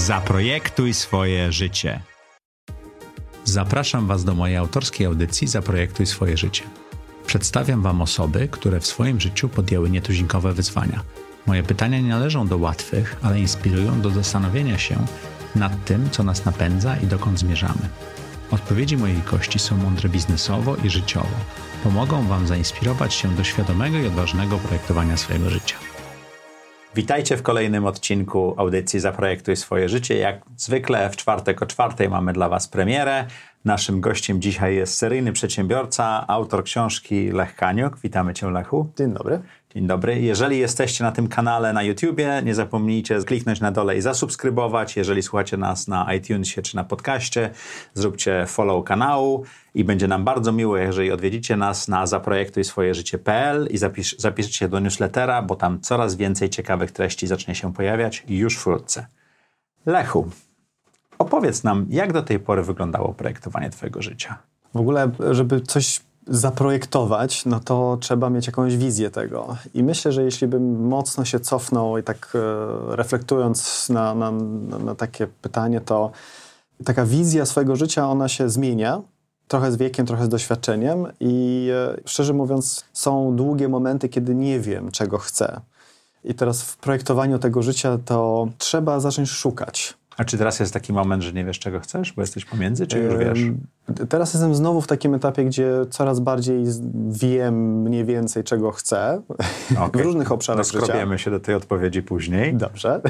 Zaprojektuj swoje życie. Zapraszam Was do mojej autorskiej audycji Zaprojektuj swoje życie. Przedstawiam Wam osoby, które w swoim życiu podjęły nietuzinkowe wyzwania. Moje pytania nie należą do łatwych, ale inspirują do zastanowienia się nad tym, co nas napędza i dokąd zmierzamy. Odpowiedzi moich gości są mądre biznesowo i życiowo. Pomogą Wam zainspirować się do świadomego i odważnego projektowania swojego życia. Witajcie w kolejnym odcinku audycji Zaprojektuj swoje życie. Jak zwykle w czwartek o 4:00 mamy dla Was premierę. Naszym gościem dzisiaj jest seryjny przedsiębiorca, autor książki Lech Kaniuk. Witamy Cię, Lechu. Dzień dobry. Dzień dobry. Jeżeli jesteście na tym kanale na YouTubie, nie zapomnijcie kliknąć na dole i zasubskrybować. Jeżeli słuchacie nas na iTunesie czy na podcaście, zróbcie follow kanału i będzie nam bardzo miło, jeżeli odwiedzicie nas na zaprojektujswojeżycie.pl i zapiszcie się do newslettera, bo tam coraz więcej ciekawych treści zacznie się pojawiać już wkrótce. Lechu, opowiedz nam, jak do tej pory wyglądało projektowanie Twojego życia? W ogóle, żeby coś zaprojektować, no to trzeba mieć jakąś wizję tego. I myślę, że jeśli bym mocno się cofnął i tak reflektując na takie pytanie, to taka wizja swojego życia, ona się zmienia. Trochę z wiekiem, trochę z doświadczeniem i szczerze mówiąc są długie momenty, kiedy nie wiem, czego chcę. I teraz w projektowaniu tego życia to trzeba zacząć szukać. A czy teraz jest taki moment, że nie wiesz, czego chcesz? Bo jesteś pomiędzy, czy już wiesz? Teraz jestem znowu w takim etapie, gdzie coraz bardziej wiem mniej więcej, czego chcę. Okay. W różnych obszarach życia. Skrobiemy się do tej odpowiedzi później. Dobrze.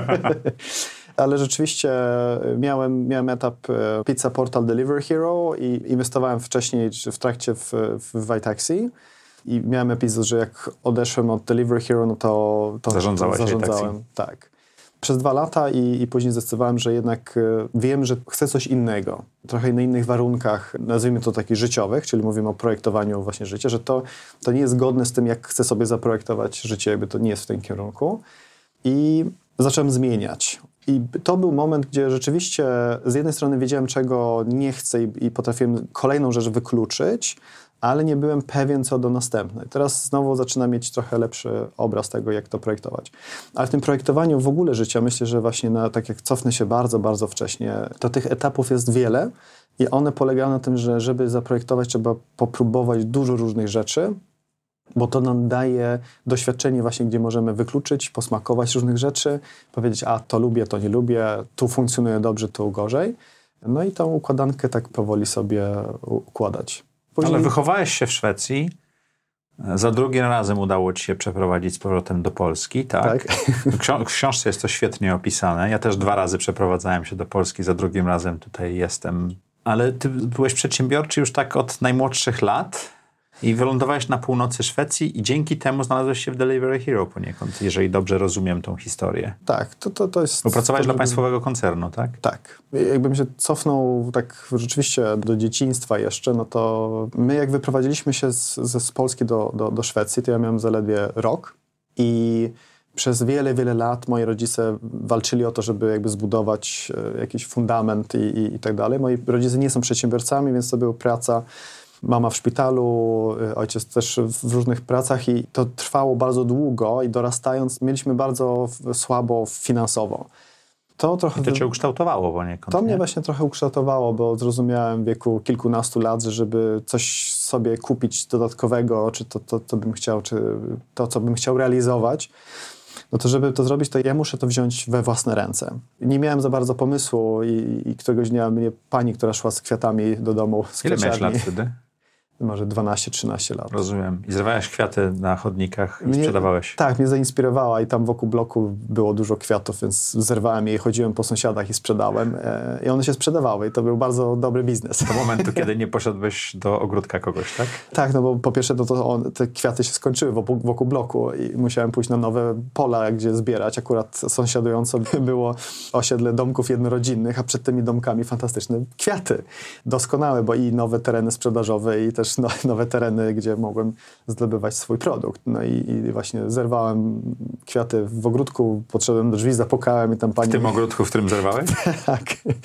Ale rzeczywiście miałem etap Pizza Portal Delivery Hero i inwestowałem wcześniej, w trakcie w Vitaxi. I miałem epizod, że jak odeszłem od Delivery Hero, no to zarządzałem. Tak. Przez 2 lata i później zdecydowałem, że jednak wiem, że chcę coś innego. Trochę na innych warunkach, nazwijmy to takich życiowych, czyli mówimy o projektowaniu właśnie życia, że to nie jest zgodne z tym, jak chcę sobie zaprojektować życie, jakby to nie jest w tym kierunku. I zacząłem zmieniać. I to był moment, gdzie rzeczywiście z jednej strony wiedziałem, czego nie chcę i potrafiłem kolejną rzecz wykluczyć, ale nie byłem pewien co do następnej. Teraz znowu zaczynam mieć trochę lepszy obraz tego, jak to projektować. Ale w tym projektowaniu w ogóle życia, myślę, że właśnie tak jak cofnę się bardzo, bardzo wcześnie, to tych etapów jest wiele i one polegają na tym, że żeby zaprojektować, trzeba popróbować dużo różnych rzeczy, bo to nam daje doświadczenie właśnie, gdzie możemy wykluczyć, posmakować różnych rzeczy, powiedzieć, a to lubię, to nie lubię, tu funkcjonuje dobrze, tu gorzej. No i tą układankę tak powoli sobie układać. Później... Ale wychowałeś się w Szwecji, za drugim razem udało Ci się przeprowadzić z powrotem do Polski, tak? W książce jest to świetnie opisane. Ja też 2 razy przeprowadzałem się do Polski, za drugim razem tutaj jestem. Ale Ty byłeś przedsiębiorczy już tak od najmłodszych lat i wylądowałeś na północy Szwecji i dzięki temu znalazłeś się w Delivery Hero poniekąd, jeżeli dobrze rozumiem tą historię. Tak, to jest... Bo pracowałeś dla państwowego koncernu, tak? Tak. Jakbym się cofnął tak rzeczywiście do dzieciństwa jeszcze, no to my jak wyprowadziliśmy się z Polski do Szwecji, to ja miałem zaledwie rok i przez wiele, wiele lat moi rodzice walczyli o to, żeby jakby zbudować jakiś fundament i tak dalej. Moi rodzice nie są przedsiębiorcami, więc to była praca. Mama w szpitalu, ojciec też w różnych pracach i to trwało bardzo długo i dorastając mieliśmy bardzo słabo finansowo. To cię ukształtowało poniekąd, To mnie właśnie trochę ukształtowało, bo zrozumiałem w wieku kilkunastu lat, że żeby coś sobie kupić dodatkowego, czy to co bym chciał, czy to, co bym chciał realizować, no to żeby to zrobić, to ja muszę to wziąć we własne ręce. Nie miałem za bardzo pomysłu i któregoś dnia mnie pani, która szła z kwiatami do domu z kwiaciarni. Ile miałeś lat wtedy? Może 12-13 lat. Rozumiem. I zrywałeś kwiaty na chodnikach i sprzedawałeś? Tak, mnie zainspirowała i tam wokół bloku było dużo kwiatów, więc zerwałem je i chodziłem po sąsiadach i sprzedałem. I one się sprzedawały i to był bardzo dobry biznes. Do momentu, kiedy nie poszedłeś do ogródka kogoś, tak? Tak, no bo po pierwsze te kwiaty się skończyły wokół bloku i musiałem pójść na nowe pola, gdzie zbierać. Akurat sąsiadująco było osiedle domków jednorodzinnych, a przed tymi domkami fantastyczne kwiaty. Doskonałe, bo i nowe tereny sprzedażowe i też też nowe tereny, gdzie mogłem zdobywać swój produkt. No i właśnie zerwałem kwiaty w ogródku, podszedłem do drzwi, zapukałem i tam pani... W tym ogródku, w którym zerwałeś? Tak.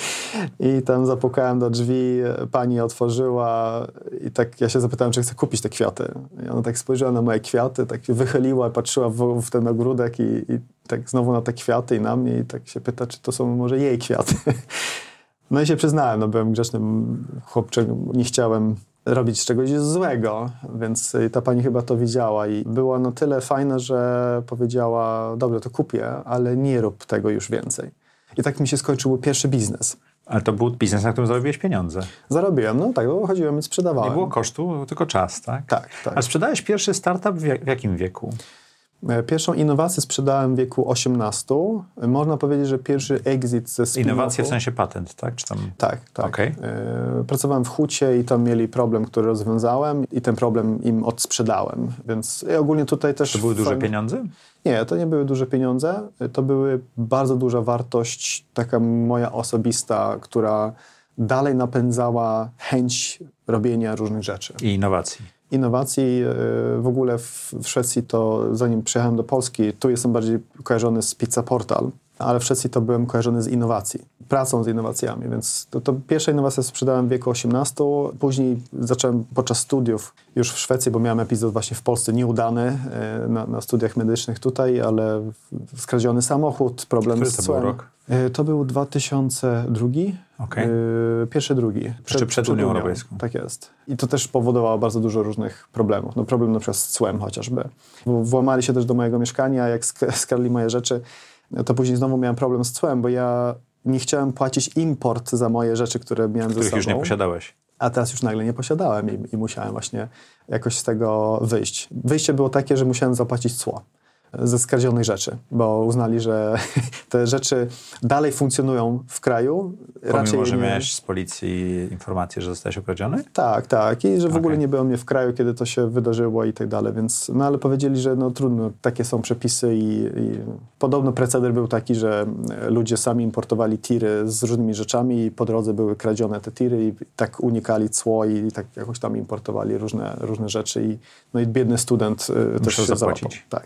I tam zapukałem do drzwi, pani otworzyła i tak ja się zapytałem, czy chcę kupić te kwiaty. I ona tak spojrzała na moje kwiaty, tak się wychyliła, patrzyła w ten ogródek i tak znowu na te kwiaty i na mnie i tak się pyta, czy to są może jej kwiaty. No i się przyznałem, no byłem grzecznym chłopczykiem, nie chciałem robić czegoś złego, więc ta pani chyba to widziała i była na tyle fajna, że powiedziała, dobrze, to kupię, ale nie rób tego już więcej. I tak mi się skończył pierwszy biznes. Ale to był biznes, na którym zarobiłeś pieniądze. Zarobiłem, no tak, bo chodziłem i sprzedawałem. Nie było kosztu, tylko czas, tak? Tak, tak. A sprzedałeś pierwszy startup w jakim wieku? Pierwszą innowację sprzedałem w wieku 18. Można powiedzieć, że pierwszy exit ze spin-offu... Innowacje w sensie patent, tak? Czy tam... Tak. Okay. Pracowałem w Hucie i tam mieli problem, który rozwiązałem i ten problem im odsprzedałem. Więc ogólnie tutaj też... To były duże pieniądze? Nie, to nie były duże pieniądze. To były bardzo duża wartość, taka moja osobista, która dalej napędzała chęć robienia różnych rzeczy. I innowacji. Innowacji w ogóle w Szwecji to, zanim przyjechałem do Polski, tu jestem bardziej kojarzony z Pizza Portal, ale w Szwecji to byłem kojarzony z innowacji, pracą z innowacjami, więc to pierwsza innowacja sprzedałem w wieku 18, później zacząłem podczas studiów już w Szwecji, bo miałem epizod właśnie w Polsce nieudany na studiach medycznych tutaj, ale skradziony samochód, problem z cłem. Który to był rok? To był 2002. Okay. Pierwszy, drugi. Jeszcze przed Unią Europejską. Tak jest. I to też powodowało bardzo dużo różnych problemów. No problem na przykład z cłem chociażby. Włamali się też do mojego mieszkania, jak skradli moje rzeczy, to później znowu miałem problem z cłem, bo ja nie chciałem płacić import za moje rzeczy, które miałem ze sobą. Których już nie posiadałeś. A teraz już nagle nie posiadałem i musiałem właśnie jakoś z tego wyjść. Wyjście było takie, że musiałem zapłacić cło ze skradzionych rzeczy, bo uznali, że te rzeczy dalej funkcjonują w kraju. Pomimo, że miałeś z policji informację, że zostałeś okradziony? Tak. I że w ogóle nie było mnie w kraju, kiedy to się wydarzyło i tak dalej, więc, no ale powiedzieli, że no trudno, takie są przepisy i podobno proceder był taki, że ludzie sami importowali tiry z różnymi rzeczami i po drodze były kradzione te tiry i tak unikali cło i tak jakoś tam importowali różne rzeczy i biedny student też się zapłacić. Załapał. Tak.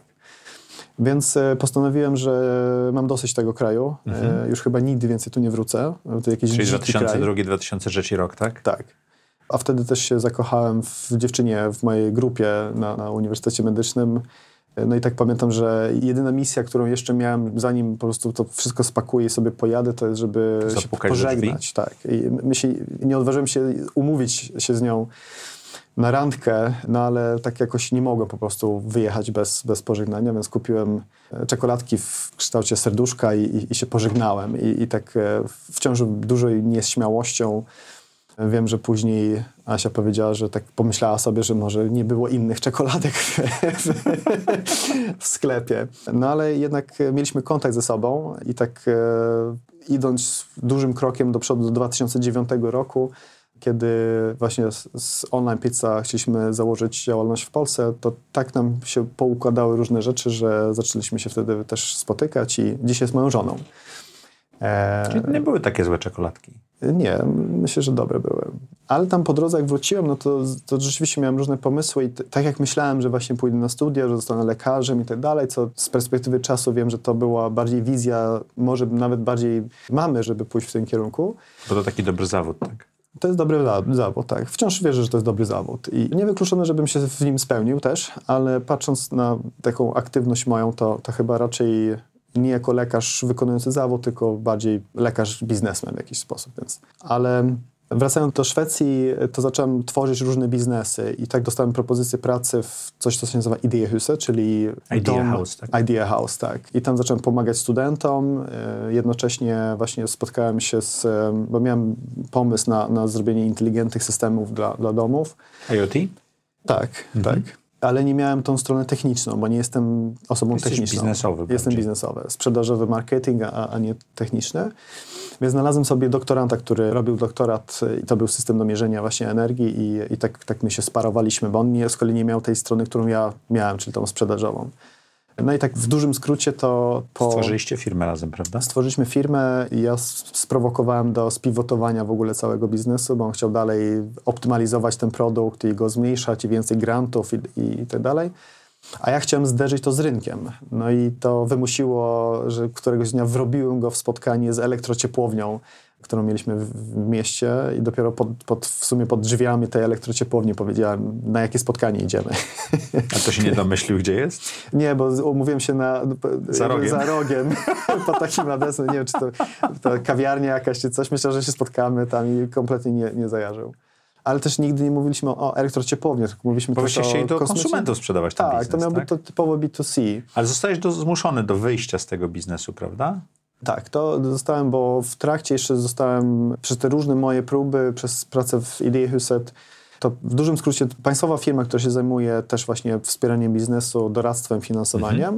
Więc postanowiłem, że mam dosyć tego kraju. Już chyba nigdy więcej tu nie wrócę. To jakiś czyli 2002-2003 rok, tak? Tak. A wtedy też się zakochałem w dziewczynie w mojej grupie na Uniwersytecie Medycznym. No i tak pamiętam, że jedyna misja, którą jeszcze miałem, zanim po prostu to wszystko spakuję i sobie pojadę, to jest, żeby się pożegnać. Tak. I nie odważyłem się umówić się z nią na randkę, no ale tak jakoś nie mogłem po prostu wyjechać bez pożegnania, więc kupiłem czekoladki w kształcie serduszka i się pożegnałem. I tak wciąż dużej nieśmiałością wiem, że później Asia powiedziała, że tak pomyślała sobie, że może nie było innych czekoladek w sklepie. No ale jednak mieliśmy kontakt ze sobą i tak idąc dużym krokiem do przodu do 2009 roku, kiedy właśnie z Online Pizza chcieliśmy założyć działalność w Polsce, to tak nam się poukładały różne rzeczy, że zaczęliśmy się wtedy też spotykać i dzisiaj jest moją żoną. Czyli nie były takie złe czekoladki? Nie, myślę, że dobre były. Ale tam po drodze jak wróciłem, no to rzeczywiście miałem różne pomysły i tak jak myślałem, że właśnie pójdę na studia, że zostanę lekarzem i tak dalej, co z perspektywy czasu wiem, że to była bardziej wizja, może nawet bardziej mamy, żeby pójść w tym kierunku. Bo to taki dobry zawód, tak? To jest dobry zawód, tak. Wciąż wierzę, że to jest dobry zawód. I niewykluczone, żebym się w nim spełnił też, ale patrząc na taką aktywność moją, to chyba raczej nie jako lekarz wykonujący zawód, tylko bardziej lekarz biznesmen w jakiś sposób. Więc. Ale wracając do Szwecji, to zacząłem tworzyć różne biznesy i tak dostałem propozycję pracy w coś, co się nazywa Ideehuset, czyli House, tak? Idea House, tak. I tam zacząłem pomagać studentom. Jednocześnie właśnie spotkałem się bo miałem pomysł na zrobienie inteligentnych systemów dla domów. IoT? Tak, tak. Ale nie miałem tą stronę techniczną, bo nie jestem osobą techniczną. Biznesowy. Jestem biznesowy. Sprzedażowy marketing, a nie techniczny. Więc znalazłem sobie doktoranta, który robił doktorat i to był system do mierzenia właśnie energii i tak my się sparowaliśmy, bo on z kolei nie miał tej strony, którą ja miałem, czyli tą sprzedażową. No i tak w dużym skrócie to Stworzyliście firmę razem, prawda? Stworzyliśmy firmę i ja sprowokowałem do spivotowania w ogóle całego biznesu, bo on chciał dalej optymalizować ten produkt i go zmniejszać i więcej grantów i tak dalej. A ja chciałem zderzyć to z rynkiem. No i to wymusiło, że któregoś dnia wrobiłem go w spotkanie z elektrociepłownią, którą mieliśmy w mieście i dopiero w sumie pod drzwiami tej elektrociepłowni powiedziałem, na jakie spotkanie idziemy. A to się nie domyślił, gdzie jest? Nie, bo umówiłem się Za rogiem. po takim adresem. Nie wiem, czy to kawiarnia jakaś, czy coś. Myślę, że się spotkamy tam i kompletnie nie zajarzył. Ale też nigdy nie mówiliśmy o elektrociepłowni, tylko mówiliśmy też o chcieli do konsumentów sprzedawać ten biznes, to miał być to typowo B2C. Ale zostałeś zmuszony do wyjścia z tego biznesu, prawda? Tak, to zostałem, bo w trakcie jeszcze zostałem, przez te różne moje próby, przez pracę w Ideehuset, to w dużym skrócie państwowa firma, która się zajmuje też właśnie wspieraniem biznesu, doradztwem, finansowaniem,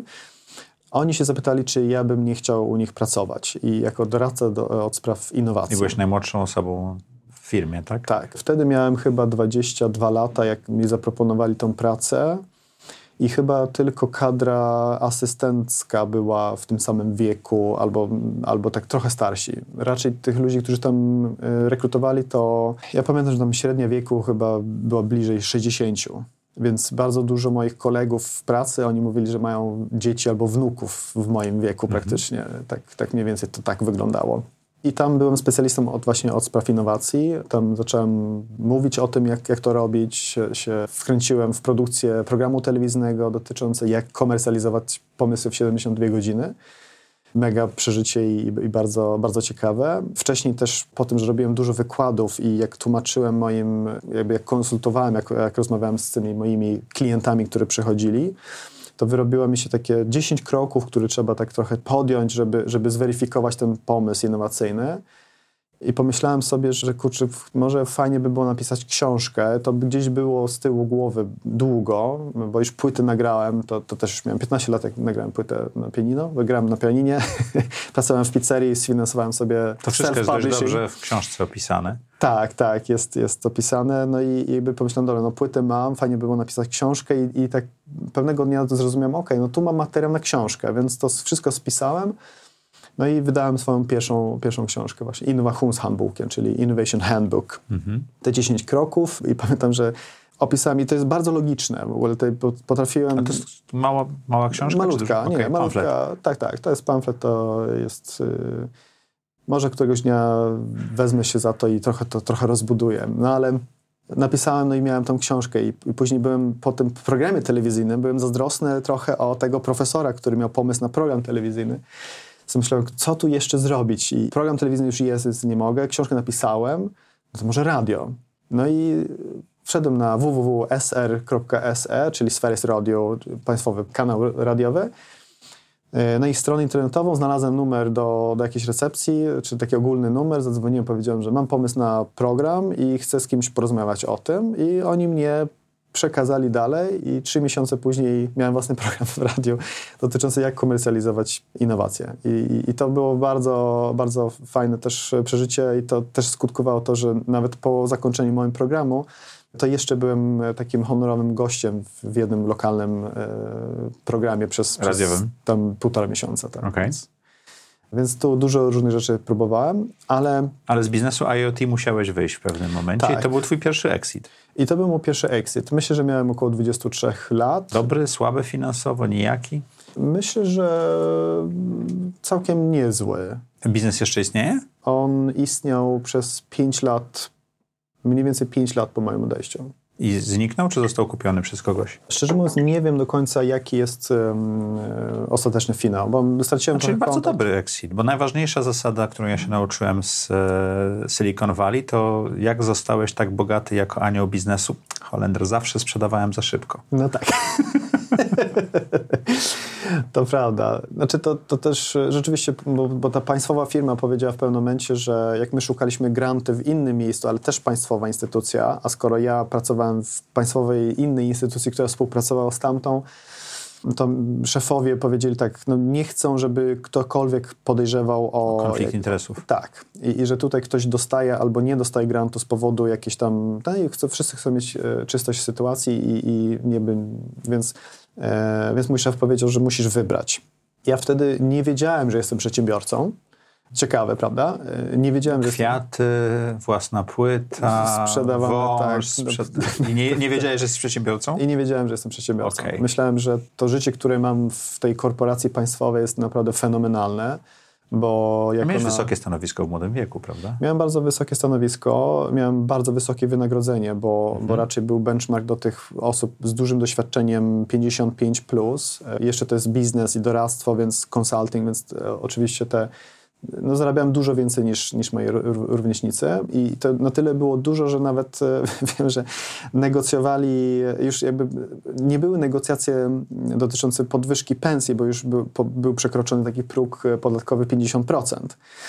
oni się zapytali, czy ja bym nie chciał u nich pracować i jako doradca od spraw innowacji. I byłeś najmłodszą osobą w firmie, tak? Tak. Wtedy miałem chyba 22 lata, jak mi zaproponowali tą pracę. I chyba tylko kadra asystencka była w tym samym wieku, albo tak trochę starsi. Raczej tych ludzi, którzy tam rekrutowali, to ja pamiętam, że tam średnia wieku chyba była bliżej 60. Więc bardzo dużo moich kolegów w pracy, oni mówili, że mają dzieci albo wnuków w moim wieku praktycznie. Tak mniej więcej to tak wyglądało. I tam byłem specjalistą właśnie od spraw innowacji. Tam zacząłem mówić o tym, jak to robić. Się wkręciłem w produkcję programu telewizyjnego dotyczące jak komercjalizować pomysły w 72 godziny. Mega przeżycie i bardzo, bardzo ciekawe. Wcześniej też po tym, że robiłem dużo wykładów i jak tłumaczyłem jak konsultowałem, jak rozmawiałem z tymi moimi klientami, którzy przychodzili, to wyrobiło mi się takie 10 kroków, które trzeba tak trochę podjąć, żeby zweryfikować ten pomysł innowacyjny. I pomyślałem sobie, że kurczę, może fajnie by było napisać książkę. To by gdzieś było z tyłu głowy długo, bo już płyty nagrałem, to też już miałem 15 lat, jak nagrałem płytę na pianino. Wygrałem na pianinie, pracowałem w pizzerii, sfinansowałem sobie to wszystko jest dość dobrze w książce opisane. Tak, jest opisane. No i jakby pomyślałem, dobra, no płytę mam, fajnie by było napisać książkę i tak pewnego dnia to zrozumiałem, okej, no tu mam materiał na książkę, więc to wszystko spisałem. No i wydałem swoją pierwszą książkę właśnie, Innovationshandboken, czyli Innovation Handbook. Te 10 kroków i pamiętam, że opisami to jest bardzo logiczne. W ogóle potrafiłem... A to jest mała książka? Malutka, czy nie, malutka. Pamflet. Tak, to jest pamflet, to jest... Może któregoś dnia wezmę się za to i trochę rozbuduję. No ale napisałem, no i miałem tą książkę i później byłem po tym programie telewizyjnym, byłem zazdrosny trochę o tego profesora, który miał pomysł na program telewizyjny. Myślałem, co tu jeszcze zrobić? I program telewizyjny już jest, więc nie mogę. Książkę napisałem, no to może radio. No i wszedłem na www.sr.se, czyli Sferis Radio, państwowy kanał radiowy. Na ich stronę internetową znalazłem numer do jakiejś recepcji, czy taki ogólny numer. Zadzwoniłem, powiedziałem, że mam pomysł na program i chcę z kimś porozmawiać o tym. I oni mnie przekazali dalej i 3 miesiące później miałem własny program w radiu dotyczący jak komercjalizować innowacje. I to było bardzo, bardzo fajne też przeżycie i to też skutkowało to, że nawet po zakończeniu moim programu to jeszcze byłem takim honorowym gościem w jednym lokalnym programie przez tam 1,5 miesiąca. Tak. Okay. Więc tu dużo różnych rzeczy próbowałem, ale... Ale z biznesu IoT musiałeś wyjść w pewnym momencie i to był twój pierwszy exit. I to był mój pierwszy exit. Myślę, że miałem około 23 lat. Dobry, słaby finansowo, nijaki? Myślę, że całkiem niezły. Biznes jeszcze istnieje? On istniał przez 5 lat, mniej więcej 5 lat po moim odejściu. I zniknął, czy został kupiony przez kogoś? Szczerze mówiąc, nie wiem do końca, jaki jest ostateczny finał, bo straciłem Czyli bardzo dobry exit, bo najważniejsza zasada, którą ja się nauczyłem z Silicon Valley, to jak zostałeś tak bogaty jako anioł biznesu? Holender, zawsze sprzedawałem za szybko. No tak. To prawda. Znaczy to też rzeczywiście, bo ta państwowa firma powiedziała w pewnym momencie, że jak my szukaliśmy granty w innym miejscu, ale też państwowa instytucja, a skoro ja pracowałem w państwowej innej instytucji, która współpracowała z tamtą, to szefowie powiedzieli tak, no nie chcą, żeby ktokolwiek podejrzewał o konflikt interesów. Tak. I że tutaj ktoś dostaje albo nie dostaje grantu z powodu jakiejś tam... wszyscy chcą mieć czystość sytuacji i nie by... Więc Więc mój szef powiedział, że musisz wybrać. Ja wtedy nie wiedziałem, że jestem przedsiębiorcą. Ciekawe, prawda? Nie wiedziałem, że kwiaty, własna płyta, wąż, I nie wiedziałeś, że jesteś przedsiębiorcą? I nie wiedziałem, że jestem przedsiębiorcą. Okay. Myślałem, że to życie, które mam w tej korporacji państwowej jest naprawdę fenomenalne, bo... Miałeś wysokie stanowisko w młodym wieku, prawda? Miałem bardzo wysokie stanowisko, miałem bardzo wysokie wynagrodzenie, bo raczej był benchmark do tych osób z dużym doświadczeniem 55+. Jeszcze to jest biznes i doradztwo, więc consulting, więc oczywiście zarabiałem dużo więcej niż moi rówieśnicy i to na tyle było dużo, że nawet wiem, że negocjowali, już jakby nie były negocjacje dotyczące podwyżki pensji, bo już był przekroczony taki próg podatkowy 50%,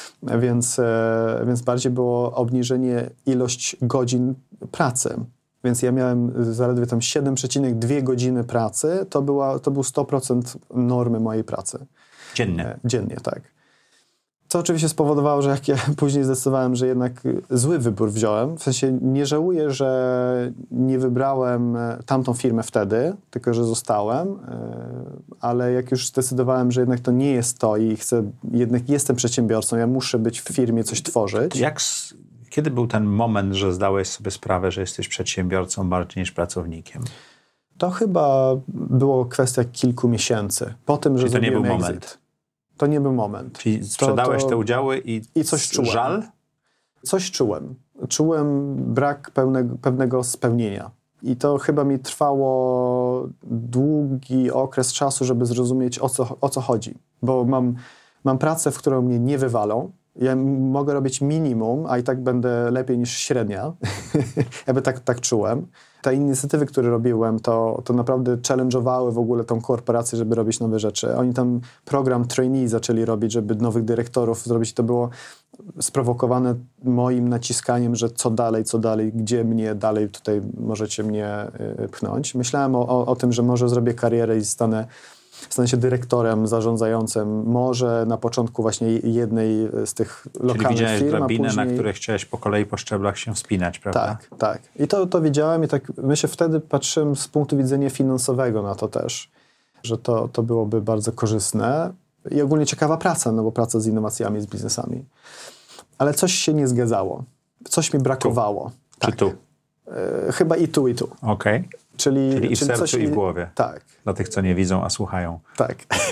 więc bardziej było obniżenie ilość godzin pracy. Więc ja miałem zaledwie tam 7,2 godziny pracy, to był 100% normy mojej pracy. Dziennie, tak. Co oczywiście spowodowało, że jak ja później zdecydowałem, że jednak zły wybór wziąłem, w sensie nie żałuję, że nie wybrałem tamtą firmę wtedy, tylko że zostałem, ale jak już zdecydowałem, że jednak to nie jest to i jednak jestem przedsiębiorcą, ja muszę być w firmie, coś tworzyć. Kiedy był ten moment, że zdałeś sobie sprawę, że jesteś przedsiębiorcą bardziej niż pracownikiem? To chyba było kwestia kilku miesięcy. Po tym, że zrobiłem exit. Moment. To nie był moment. Czyli sprzedałeś te udziały i coś czułem. Żal? Coś czułem. Czułem brak pewnego spełnienia. I to chyba mi trwało długi okres czasu, żeby zrozumieć, o co chodzi. Bo mam pracę, w którą mnie nie wywalą. Ja mogę robić minimum, a i tak będę lepiej niż średnia. Jakby tak czułem. Te inicjatywy, które robiłem, to naprawdę challenge'owały w ogóle tą korporację, żeby robić nowe rzeczy. Oni tam program trainee zaczęli robić, żeby nowych dyrektorów zrobić. To było sprowokowane moim naciskaniem, że co dalej, gdzie mnie dalej tutaj możecie mnie pchnąć. Myślałem o tym, że może zrobię karierę i stanę się dyrektorem zarządzającym, może na początku właśnie jednej z tych lokalnych firm. Czyli widziałeś drabinę, na której chciałeś po kolei po szczeblach się wspinać, prawda? Tak. I to widziałem i tak myślę, wtedy patrzyłem z punktu widzenia finansowego na to też, że to byłoby bardzo korzystne i ogólnie ciekawa praca, bo praca z innowacjami, z biznesami. Ale coś się nie zgadzało. Coś mi brakowało. Czy tu? Chyba i tu. Okej. Czyli i w sercu, i w głowie. Tak. Dla tych, co nie widzą, a słuchają. Tak.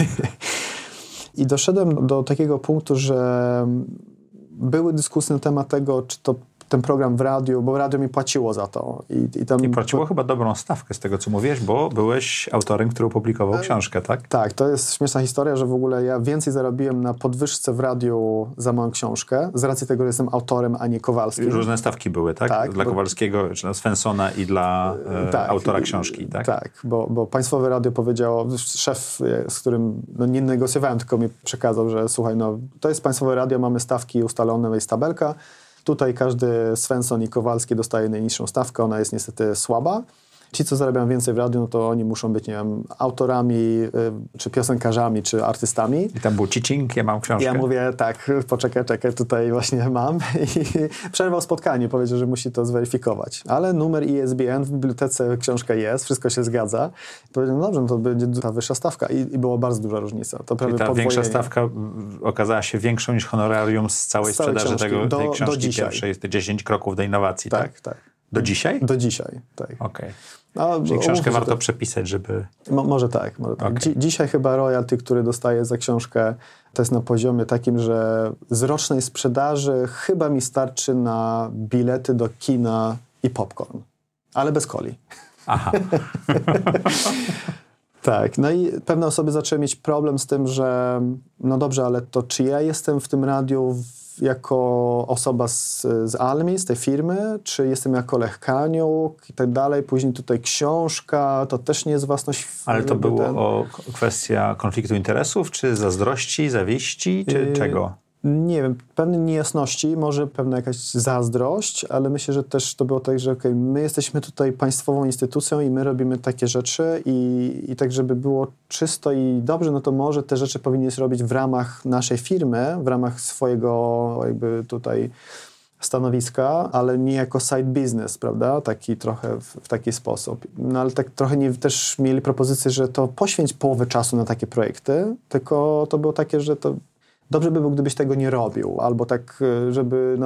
I doszedłem do takiego punktu, że były dyskusje na temat tego, czy to ten program w radiu, bo radio mi płaciło za to. I płaciło chyba dobrą stawkę z tego, co mówiłeś, bo byłeś autorem, który opublikował książkę, tak? Tak, to jest śmieszna historia, że w ogóle ja więcej zarobiłem na podwyżce w radiu za moją książkę, z racji tego, że jestem autorem, a nie Kowalskim. Różne stawki były, tak? Tak, dla Kowalskiego, czy dla Svensona i dla autora książki, tak? Tak, bo Państwowe Radio powiedziało, szef, z którym nie negocjowałem, tylko mi przekazał, że słuchaj, to jest Państwowe Radio, mamy stawki ustalone, jest tabelka. Tutaj każdy Svensson i Kowalski dostaje najniższą stawkę, ona jest niestety słaba. Ci, co zarabiają więcej w radiu, to oni muszą być, nie wiem, autorami, czy piosenkarzami, czy artystami. I tam był cicing, ja mam książkę. Ja mówię, tak, poczekaj, tutaj właśnie mam. I przerwał spotkanie, powiedział, że musi to zweryfikować. Ale numer ISBN w bibliotece książka jest, wszystko się zgadza. I powiedział, no dobrze, to będzie ta wyższa stawka. I była bardzo duża różnica. To prawie ta większa stawka okazała się większą niż honorarium z całej sprzedaży tej książki pierwszej, te 10 kroków do innowacji, tak? Tak. Do dzisiaj? Do dzisiaj, tak. Okej. Czyli książkę warto przepisać, żeby... Może tak. Okay. Dzisiaj chyba royalty, który dostaję za książkę, to jest na poziomie takim, że z rocznej sprzedaży chyba mi starczy na bilety do kina i popcorn. Ale bez coli. Aha. Tak. No i pewne osoby zaczęły mieć problem z tym, że no dobrze, ale to czy ja jestem w tym radiu jako osoba z Almi, z tej firmy, czy jestem jako Lech Kaniuk i tak dalej. Później tutaj książka, to też nie jest własność... Ale to było kwestia konfliktu interesów, czy zazdrości, zawiści, czy czego? Nie wiem, pewnej niejasności, może pewna jakaś zazdrość, ale myślę, że też to było tak, że my jesteśmy tutaj państwową instytucją i my robimy takie rzeczy i tak, żeby było czysto i dobrze, no to może te rzeczy powinien robić w ramach naszej firmy, w ramach swojego jakby tutaj stanowiska, ale nie jako side business, prawda? Taki trochę w taki sposób. No ale tak trochę też mieli propozycję, że to poświęć połowę czasu na takie projekty, tylko to było takie, że to dobrze by było, gdybyś tego nie robił, albo tak, żeby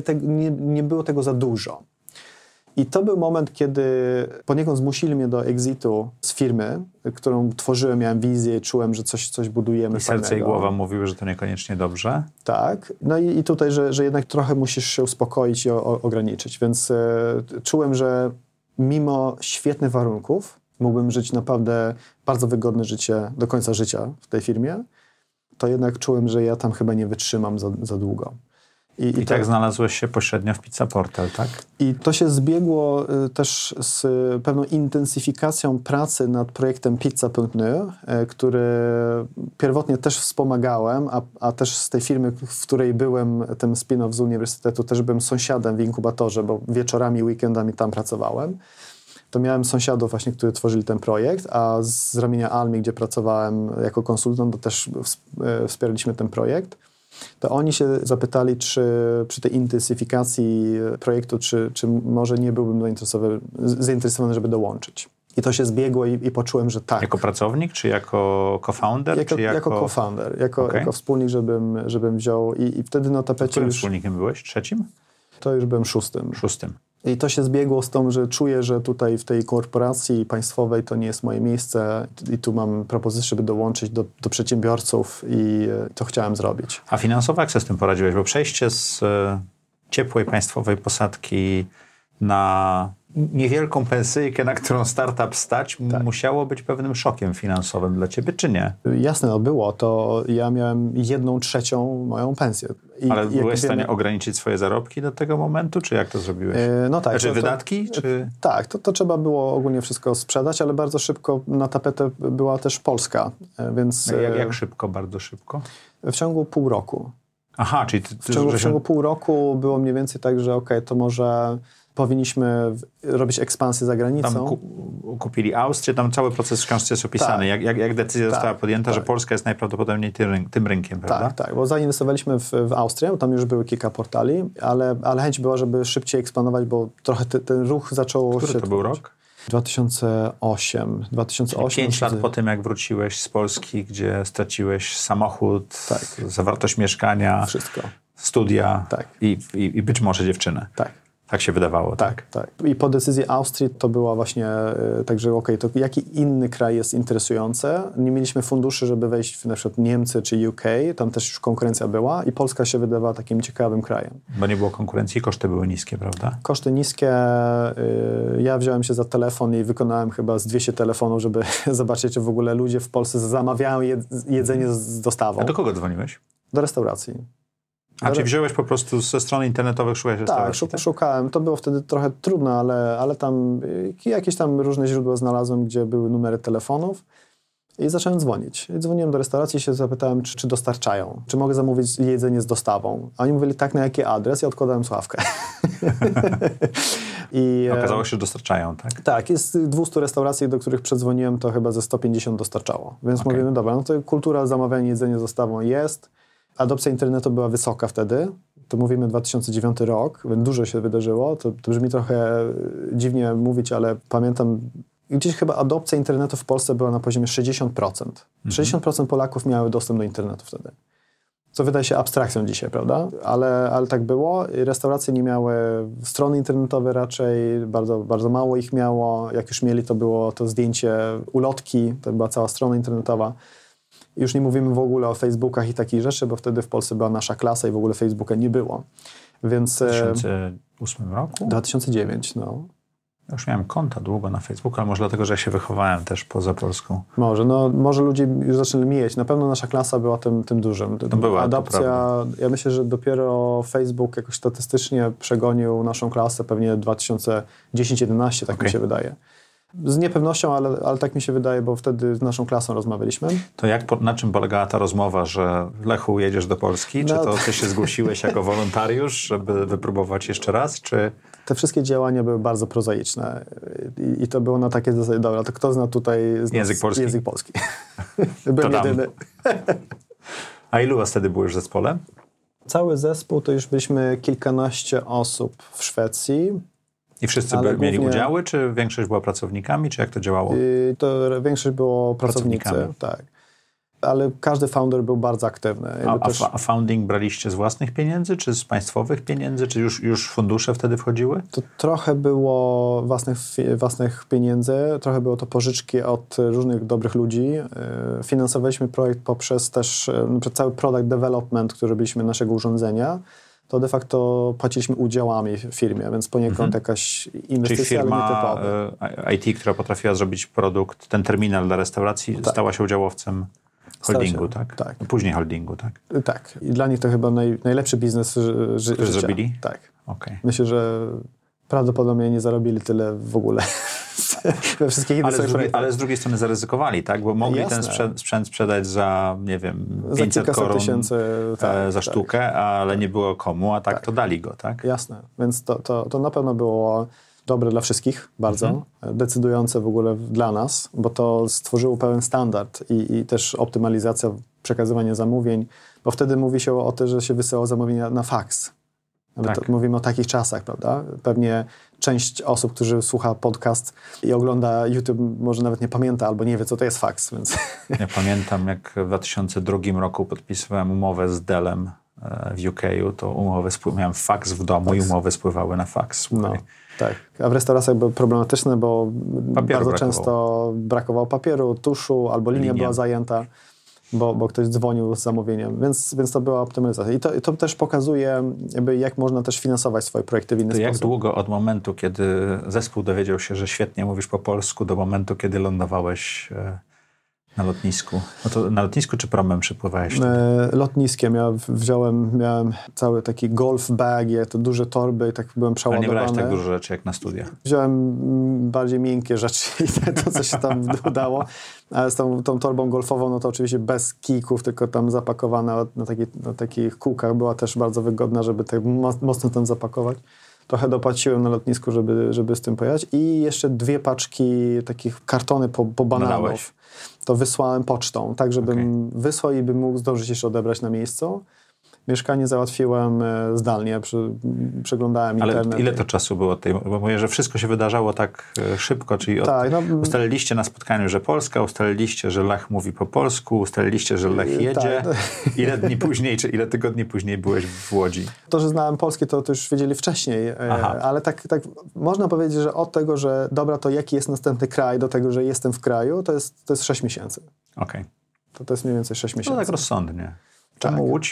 nie było tego za dużo. I to był moment, kiedy poniekąd zmusili mnie do exitu z firmy, którą tworzyłem, miałem wizję i czułem, że coś budujemy. I serce i głowa mówiły, że to niekoniecznie dobrze. Tak. No i tutaj, że jednak trochę musisz się uspokoić i ograniczyć. Więc czułem, że mimo świetnych warunków mógłbym żyć naprawdę bardzo wygodne życie do końca życia w tej firmie, to jednak czułem, że ja tam chyba nie wytrzymam za długo. I tak znalazłeś się pośrednio w Pizza Portal, tak? I to się zbiegło też z pewną intensyfikacją pracy nad projektem Pizza.new, który pierwotnie też wspomagałem, a też z tej firmy, w której byłem, ten spin-off z uniwersytetu, też byłem sąsiadem w inkubatorze, bo wieczorami, weekendami tam pracowałem. To miałem sąsiadów właśnie, którzy tworzyli ten projekt, a z ramienia Almi, gdzie pracowałem jako konsultant, to też wspieraliśmy ten projekt. To oni się zapytali, czy przy tej intensyfikacji projektu, czy może nie byłbym zainteresowany, żeby dołączyć. I to się zbiegło i poczułem, że tak. Jako pracownik, czy jako co-founder? Jako co-founder, jako wspólnik, żebym wziął i wtedy na tapecie którym wspólnikiem byłeś? Trzecim? To już byłem szóstym. I to się zbiegło z tym, że czuję, że tutaj w tej korporacji państwowej to nie jest moje miejsce i tu mam propozycję, żeby dołączyć do przedsiębiorców i to chciałem zrobić. A finansowo jak sobie z tym poradziłeś? Bo przejście z ciepłej państwowej posadki na niewielką pensyjkę, na którą startup stać, musiało być pewnym szokiem finansowym dla ciebie, czy nie? Jasne, było. To ja miałem 1/3 moją pensję. Ale byłeś w stanie ograniczyć swoje zarobki do tego momentu, czy jak to zrobiłeś? No tak. Znaczy wydatki? Czy... Tak, to trzeba było ogólnie wszystko sprzedać, ale bardzo szybko na tapetę była też Polska, więc... Jak szybko, bardzo szybko? W ciągu pół roku. Aha, czyli... W ciągu pół roku było mniej więcej tak, że to może... powinniśmy robić ekspansję za granicą. Tam kupili Austrię, tam cały proces w książce jest opisany. Tak. Jak decyzja została podjęta, że Polska jest najprawdopodobniej tym rynkiem, prawda? Tak, bo zainwestowaliśmy w Austrię, tam już były kilka portali, ale chęć była, żeby szybciej ekspandować, bo trochę ten ruch zaczął Który to był rok? 2008. 5 lat po tym, jak wróciłeś z Polski, gdzie straciłeś samochód, zawartość mieszkania, wszystko. Studia i być może dziewczynę. Tak. Tak się wydawało, tak? Tak. I po decyzji Austrii to była właśnie tak, że to jaki inny kraj jest interesujący. Nie mieliśmy funduszy, żeby wejść w na przykład Niemcy czy UK, tam też już konkurencja była i Polska się wydawała takim ciekawym krajem. Bo nie było konkurencji, koszty były niskie, prawda? Koszty niskie. Ja wziąłem się za telefon i wykonałem chyba z 200 telefonów, żeby zobaczyć, czy w ogóle ludzie w Polsce zamawiają jedzenie z dostawą. A do kogo dzwoniłeś? Do restauracji. Czy wziąłeś po prostu ze stron internetowych, szukałeś restauracji? Tak, szukałem. To było wtedy trochę trudno, ale tam jakieś tam różne źródła znalazłem, gdzie były numery telefonów i zacząłem dzwonić. Dzwoniłem do restauracji i się zapytałem, czy dostarczają, czy mogę zamówić jedzenie z dostawą. A oni mówili tak, na jaki adres i odkładałem słuchawkę. I okazało się, że dostarczają, tak? Tak, jest 200 restauracji, do których przedzwoniłem, to chyba ze 150 dostarczało. Więc mówimy, dobra, no to kultura zamawiania jedzenia z dostawą jest. Adopcja internetu była wysoka wtedy. To mówimy 2009 rok, więc dużo się wydarzyło. To brzmi trochę dziwnie mówić, ale pamiętam, gdzieś chyba adopcja internetu w Polsce była na poziomie 60%. 60% Polaków miały dostęp do internetu wtedy. Co wydaje się abstrakcją dzisiaj, prawda? Ale tak było. Restauracje nie miały strony internetowe raczej, bardzo, bardzo mało ich miało. Jak już mieli, to było to zdjęcie ulotki, to była cała strona internetowa. Już nie mówimy w ogóle o Facebookach i takich rzeczy, bo wtedy w Polsce była nasza klasa i w ogóle Facebooka nie było. Więc, w 2008 roku? 2009, no. Ja już miałem konta długo na Facebooku, ale może dlatego, że ja się wychowałem też poza Polską. Może ludzie już zaczęli mieć. Na pewno nasza klasa była tym dużym. To była adopcja. Ja myślę, że dopiero Facebook jakoś statystycznie przegonił naszą klasę pewnie 2010-11, tak mi się wydaje. Z niepewnością, ale tak mi się wydaje, bo wtedy z naszą klasą rozmawialiśmy. To na czym polegała ta rozmowa, że Lechu, jedziesz do Polski? Czy to ty się zgłosiłeś jako wolontariusz, żeby wypróbować jeszcze raz? Czy... Te wszystkie działania były bardzo prozaiczne i to było na takie zasadzie, dobra, to kto zna tutaj język polski? Język polski. Byłem jedyny. A ilu was wtedy było już w zespole? Cały zespół to już byliśmy kilkanaście osób w Szwecji. I wszyscy mieli udziały, czy większość była pracownikami, czy jak to działało? To większość było pracownicy, tak. Ale każdy founder był bardzo aktywny. A founding braliście z własnych pieniędzy, czy z państwowych pieniędzy, czy już fundusze wtedy wchodziły? To trochę było własnych pieniędzy, trochę było to pożyczki od różnych dobrych ludzi. Finansowaliśmy projekt poprzez też cały product development, który robiliśmy naszego urządzenia. To de facto płaciliśmy udziałami w firmie, więc poniekąd jakaś inwestycja, czyli firma nietypowa. IT, która potrafiła zrobić produkt, ten terminal dla restauracji, stała się udziałowcem holdingu, tak? Tak. Później holdingu, tak? Tak. I dla nich to chyba najlepszy biznes życia. Zrobili? Tak. Okay. Myślę, że prawdopodobnie nie zarobili tyle w ogóle we wszystkich innych projektach. Ale z drugiej strony zaryzykowali, tak? Bo mogli ten sprzęt sprzedać za, nie wiem, 500 koron za sztukę, ale nie było komu, a tak to dali go, tak? Jasne. Więc to na pewno było dobre dla wszystkich, bardzo. Decydujące w ogóle dla nas, bo to stworzyło pełen standard i też optymalizacja przekazywania zamówień, bo wtedy mówi się o tym, że się wysyłało zamówienia na faks. Tak. Mówimy o takich czasach, prawda? Pewnie część osób, którzy słucha podcast i ogląda YouTube, może nawet nie pamięta albo nie wie, co to jest faks. Więc... Ja pamiętam, jak w 2002 roku podpisywałem umowę z Dellem w UK-u, to miałem faks w domu i umowy spływały na faks. No, tak. A w restauracjach było problematyczne, bo bardzo często brakowało papieru, tuszu albo linia była zajęta. Bo ktoś dzwonił z zamówieniem, więc to była optymalizacja. I to też pokazuje, jak można też finansować swoje projekty w inny sposób. Jak długo od momentu, kiedy zespół dowiedział się, że świetnie mówisz po polsku, do momentu, kiedy lądowałeś na lotnisku? No to na lotnisku czy promem przypływałeś? Lotniskiem. Miałem cały taki golf bag, to duże torby i tak byłem przeładowany. Ale nie brałeś tak dużo rzeczy jak na studiach? Wziąłem bardziej miękkie rzeczy i to, co się tam udało. Ale z tą torbą golfową, no to oczywiście bez kijków, tylko tam zapakowana na takich kółkach była też bardzo wygodna, żeby tak mocno tam zapakować. Trochę dopłaciłem na lotnisku, żeby z tym pojechać. I jeszcze 2 paczki takich kartony po bananów. To wysłałem pocztą, tak żebym wysłał i bym mógł zdążyć jeszcze odebrać na miejscu. Mieszkanie załatwiłem zdalnie, przeglądałem internet. Ale ile to czasu było? Bo mówię, że wszystko się wydarzało tak szybko, czyli ustaliliście na spotkaniu, że Polska, ustaliliście, że Lech mówi po polsku, ustaliliście, że Lech jedzie. Tak. Ile dni później, czy ile tygodni później byłeś w Łodzi? To, że znałem polskie, to już wiedzieli wcześniej, ale tak można powiedzieć, że od tego, że dobra, to jaki jest następny kraj, do tego, że jestem w kraju, to jest 6 miesięcy. Okej. To jest mniej więcej 6 miesięcy. To tak rozsądnie. Czemu Łódź?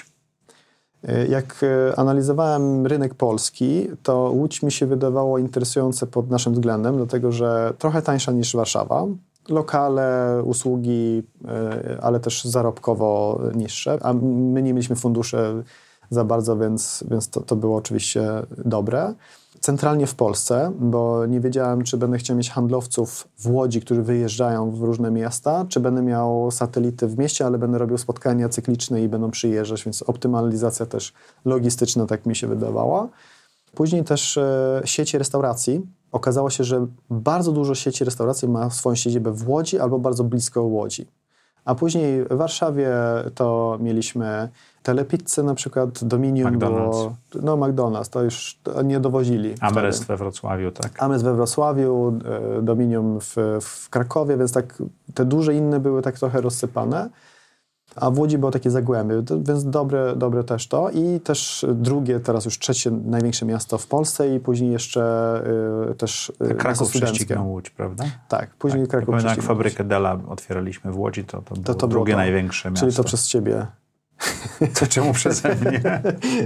Jak analizowałem rynek polski, to Łódź mi się wydawało interesujące pod naszym względem, dlatego że trochę tańsza niż Warszawa. Lokale, usługi, ale też zarobkowo niższe, a my nie mieliśmy funduszy za bardzo, więc to było oczywiście dobre. Centralnie w Polsce, bo nie wiedziałem, czy będę chciał mieć handlowców w Łodzi, którzy wyjeżdżają w różne miasta, czy będę miał satelity w mieście, ale będę robił spotkania cykliczne i będą przyjeżdżać, więc optymalizacja też logistyczna, tak mi się wydawała. Później też sieci restauracji. Okazało się, że bardzo dużo sieci restauracji ma swoją siedzibę w Łodzi albo bardzo blisko Łodzi. A później w Warszawie to mieliśmy Telepizzę na przykład, Dominium było... No McDonald's, to już nie dowozili. Amrest we Wrocławiu, tak? Amrest we Wrocławiu, Dominium w Krakowie, więc tak te duże inne były tak trochę rozsypane. A w Łodzi było takie zagłębie, więc dobre też to. I też drugie, teraz już trzecie największe miasto w Polsce i później jeszcze też Kraków prześcignął Łódź, prawda? Tak, później tak, Kraków prześcignął. Jak fabrykę Della otwieraliśmy w Łodzi, to było drugie największe miasto. Czyli to przez ciebie. To czemu przeze mnie?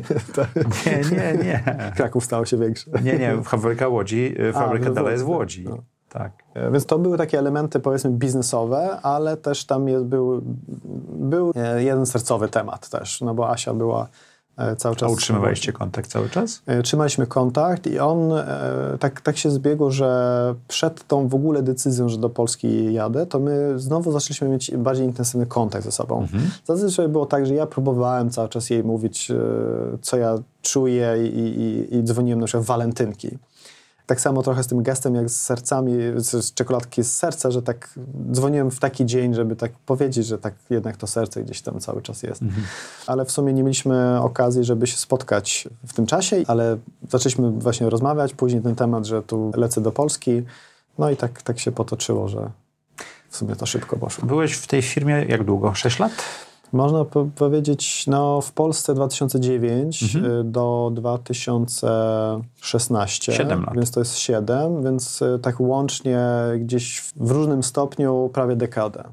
Nie. Kraków stał się większy. Nie, fabryka Łodzi, fabryka Della jest w Łodzi. No. Tak. Więc to były takie elementy, powiedzmy, biznesowe, ale też tam był jeden sercowy temat też, no bo Asia była cały czas... A utrzymywaliście kontakt cały czas? Trzymaliśmy kontakt i on tak się zbiegło, że przed tą w ogóle decyzją, że do Polski jadę, to my znowu zaczęliśmy mieć bardziej intensywny kontakt ze sobą. Zazwyczaj było tak, że ja próbowałem cały czas jej mówić, co ja czuję i dzwoniłem na przykład w walentynki. Tak samo trochę z tym gestem jak z sercami, z czekoladki z serca, że tak dzwoniłem w taki dzień, żeby tak powiedzieć, że tak jednak to serce gdzieś tam cały czas jest. Ale w sumie nie mieliśmy okazji, żeby się spotkać w tym czasie, ale zaczęliśmy właśnie rozmawiać, później ten temat, że tu lecę do Polski, no i tak się potoczyło, że w sumie to szybko poszło. Byłeś w tej firmie jak długo? 6 lat? Można powiedzieć, no w Polsce 2009 do 2016. 7 lat. Więc to jest 7, więc tak łącznie gdzieś w różnym stopniu prawie dekadę.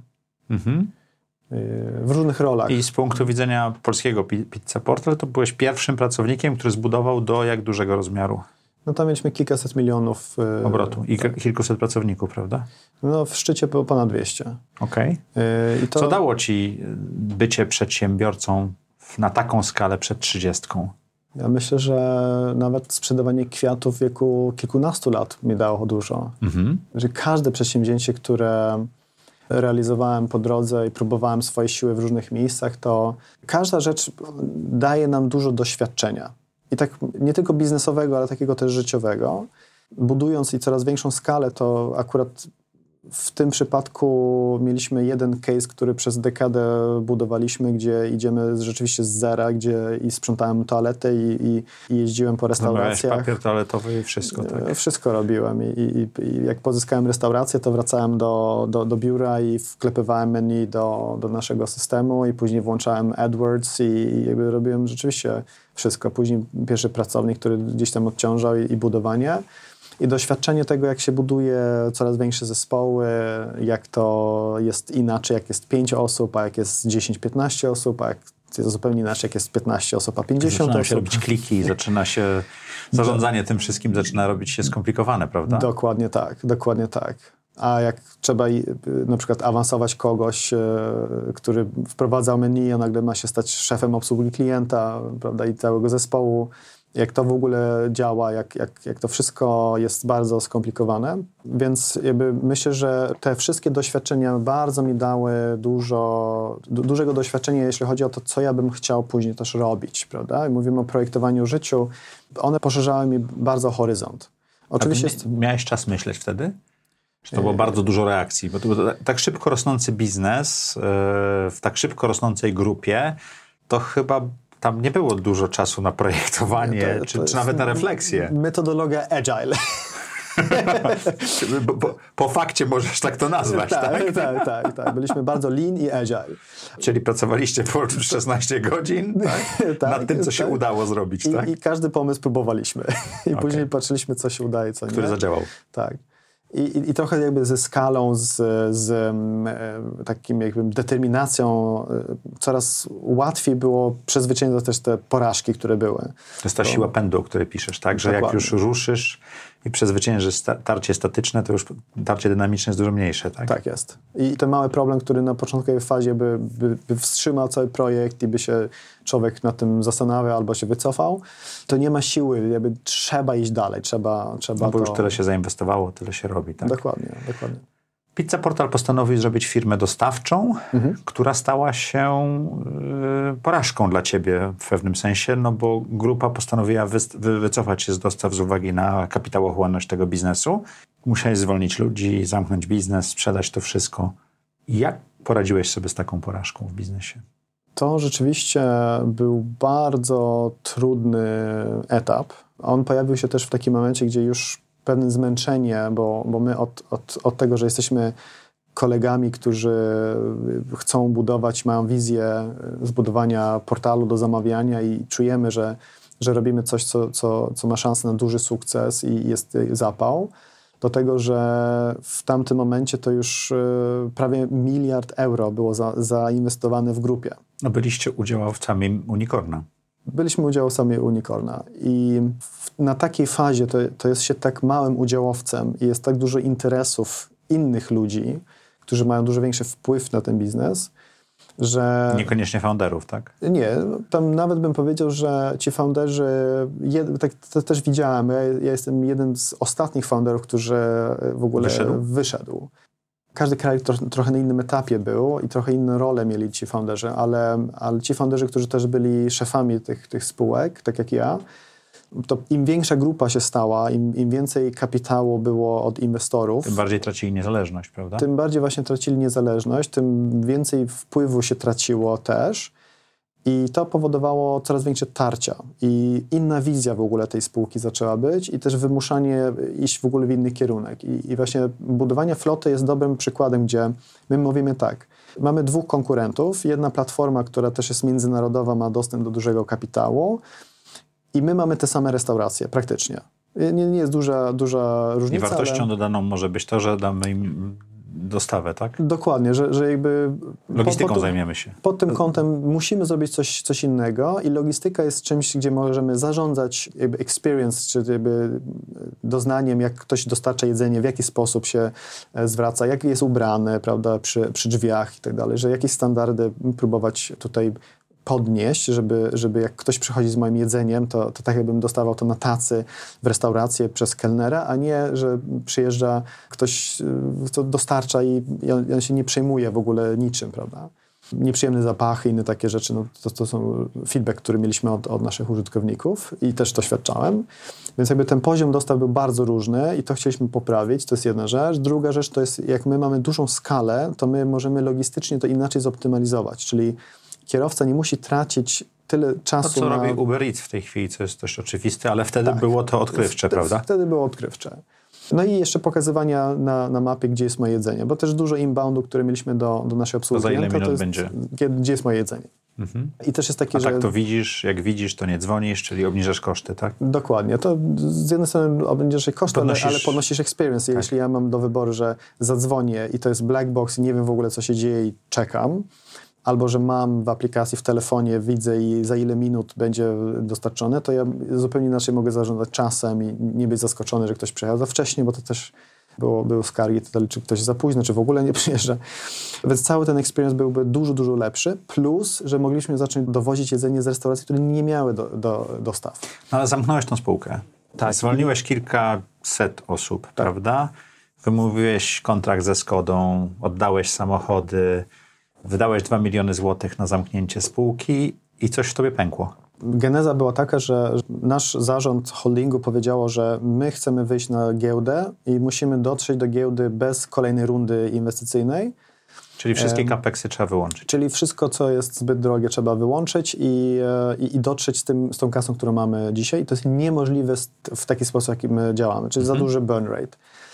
W różnych rolach. I z punktu widzenia polskiego Pizza Portal to byłeś pierwszym pracownikiem, który zbudował do jak dużego rozmiaru? No tam mieliśmy kilkaset milionów obrotu i kilkuset pracowników, prawda? No w szczycie było ponad 200. Okej. Co dało ci bycie przedsiębiorcą na taką skalę przed 30? Ja myślę, że nawet sprzedawanie kwiatów w wieku kilkunastu lat mi dało dużo. Że każde przedsięwzięcie, które realizowałem po drodze i próbowałem swoje siły w różnych miejscach, to każda rzecz daje nam dużo doświadczenia. I tak nie tylko biznesowego, ale takiego też życiowego. Budując i coraz większą skalę, to akurat w tym przypadku mieliśmy jeden case, który przez dekadę budowaliśmy, gdzie idziemy rzeczywiście z zera, gdzie i sprzątałem toaletę i jeździłem po restauracjach. Papier toaletowy i wszystko, tak? Wszystko robiłem i jak pozyskałem restaurację, to wracałem do biura i wklepywałem menu do naszego systemu i później włączałem AdWords i jakby robiłem rzeczywiście wszystko. Później pierwszy pracownik, który gdzieś tam odciążał i budowanie. I doświadczenie tego, jak się buduje coraz większe zespoły, jak to jest inaczej, jak jest 5 osób, a jak jest 10-15 osób, a jak jest zupełnie inaczej, jak jest 15 osób, a 50 zaczyna osób. się robić kliki i zaczyna się zarządzanie tym wszystkim zaczyna robić się skomplikowane, prawda? Dokładnie tak. A jak trzeba na przykład awansować kogoś, który wprowadzał menu, a nagle ma się stać szefem obsługi klienta, prawda, i całego zespołu, jak to w ogóle działa, jak to wszystko jest bardzo skomplikowane. Więc jakby myślę, że te wszystkie doświadczenia bardzo mi dały dużego doświadczenia, jeśli chodzi o to, co ja bym chciał później też robić, prawda? I mówimy o projektowaniu życiu. One poszerzały mi bardzo horyzont. Oczywiście miałeś czas myśleć wtedy? Że to było bardzo dużo reakcji, bo to był tak szybko rosnący biznes, w tak szybko rosnącej grupie, to chyba tam nie było dużo czasu na projektowanie, czy nawet na refleksję. Metodologia agile. Po fakcie możesz tak to nazwać, tak? Tak. Byliśmy bardzo lean i agile. Czyli pracowaliście po 16 godzin nad tym, co się udało zrobić, tak? I każdy pomysł próbowaliśmy. I później patrzyliśmy, co się udaje, co nie. Który zadziałał. Tak. I trochę jakby ze skalą, z takim jakby determinacją coraz łatwiej było przezwyciężać też te porażki, które były. To jest ta siła pędu, o której piszesz, tak? Że jak już ruszysz i przezwyciężysz tarcie statyczne, to już tarcie dynamiczne jest dużo mniejsze, tak? Tak jest. I ten mały problem, który na początkowej fazie by wstrzymał cały projekt i by się człowiek nad tym zastanawiał albo się wycofał, to nie ma siły, jakby trzeba iść dalej, trzeba no bo już tyle się zainwestowało, tyle się robi, tak? Dokładnie. Pizza Portal postanowił zrobić firmę dostawczą, która stała się porażką dla ciebie w pewnym sensie, no bo grupa postanowiła wycofać się z dostaw z uwagi na kapitałochłonność tego biznesu. Musiałeś zwolnić ludzi, zamknąć biznes, sprzedać to wszystko. Jak poradziłeś sobie z taką porażką w biznesie? To rzeczywiście był bardzo trudny etap. On pojawił się też w takim momencie, gdzie już pewne zmęczenie, bo my od tego, że jesteśmy kolegami, którzy chcą budować, mają wizję zbudowania portalu do zamawiania i czujemy, że robimy coś, co ma szansę na duży sukces i jest zapał, do tego, że w tamtym momencie to już prawie 1 miliard euro było zainwestowane w grupie. No byliście udziałowcami Unicorna. Byliśmy udziałowcami Unicorna i na takiej fazie to jest się tak małym udziałowcem i jest tak dużo interesów innych ludzi, którzy mają dużo większy wpływ na ten biznes, że... Niekoniecznie founderów, tak? Nie, tam nawet bym powiedział, że ci founderzy, tak to też widziałem, ja jestem jeden z ostatnich founderów, którzy w ogóle wyszedł. Każdy kraj trochę na innym etapie był i trochę inne role mieli ci founderzy, ale ci founderzy, którzy też byli szefami tych spółek, tak jak ja, to im większa grupa się stała, im więcej kapitału było od inwestorów, tym bardziej tracili niezależność, prawda? Tym bardziej właśnie tracili niezależność, tym więcej wpływu się traciło też i to powodowało coraz większe tarcia i inna wizja w ogóle tej spółki zaczęła być i też wymuszanie iść w ogóle w inny kierunek. I właśnie budowanie floty jest dobrym przykładem, gdzie my mówimy tak, mamy 2 konkurentów, jedna platforma, która też jest międzynarodowa, ma dostęp do dużego kapitału i my mamy te same restauracje praktycznie. Nie jest duża różnica. I wartością dodaną może być to, że damy im dostawę, tak? Dokładnie, że jakby... Logistyką zajmiemy się. Pod tym kątem musimy zrobić coś innego i logistyka jest czymś, gdzie możemy zarządzać jakby experience, czy jakby doznaniem, jak ktoś dostarcza jedzenie, w jaki sposób się zwraca, jak jest ubrany, prawda, przy drzwiach i tak dalej, że jakieś standardy próbować tutaj podnieść, żeby jak ktoś przychodzi z moim jedzeniem, to tak jakbym dostawał to na tacy w restaurację przez kelnera, a nie, że przyjeżdża ktoś, kto dostarcza i on się nie przejmuje w ogóle niczym, prawda? Nieprzyjemne zapachy, inne takie rzeczy, no to są feedback, który mieliśmy od naszych użytkowników i też doświadczałem. Więc jakby ten poziom dostaw był bardzo różny i to chcieliśmy poprawić, to jest jedna rzecz. Druga rzecz to jest, jak my mamy dużą skalę, to my możemy logistycznie to inaczej zoptymalizować, czyli kierowca nie musi tracić tyle czasu to, co robi Uber Eats w tej chwili, co jest dość oczywiste, ale wtedy było to odkrywcze, prawda? Wtedy było odkrywcze. No i jeszcze pokazywania na mapie, gdzie jest moje jedzenie, bo też dużo inboundu, które mieliśmy do naszej obsługi. To za ile minut to jest, będzie? Gdzie jest moje jedzenie. Mhm. I też jest takie, że... tak to widzisz, jak widzisz, to nie dzwonisz, czyli obniżasz koszty, tak? Dokładnie. To z jednej strony obniżasz koszty, ale podnosisz experience. Tak. Jeśli ja mam do wyboru, że zadzwonię i to jest black box i nie wiem w ogóle, co się dzieje i czekam, albo że mam w aplikacji, w telefonie, widzę i za ile minut będzie dostarczone, to ja zupełnie inaczej mogę zarządzać czasem i nie być zaskoczony, że ktoś przyjechał za wcześnie, bo to też były skargi, czy ktoś za późno, czy w ogóle nie przyjeżdża. Więc cały ten experience byłby dużo lepszy, plus, że mogliśmy zacząć dowozić jedzenie z restauracji, które nie miały dostaw. No, ale zamknąłeś tą spółkę. Tak. Zwolniłeś kilkaset osób, tak. Prawda? Wymówiłeś kontrakt ze Skodą, oddałeś samochody, wydałeś 2 miliony złotych na zamknięcie spółki i coś w tobie pękło. Geneza była taka, że nasz zarząd holdingu powiedziało, że my chcemy wyjść na giełdę i musimy dotrzeć do giełdy bez kolejnej rundy inwestycyjnej. Czyli wszystkie capeksy trzeba wyłączyć. Czyli wszystko, co jest zbyt drogie, trzeba wyłączyć i dotrzeć z tą kasą, którą mamy dzisiaj. I to jest niemożliwe w taki sposób, jaki my działamy. Czyli za duży burn rate.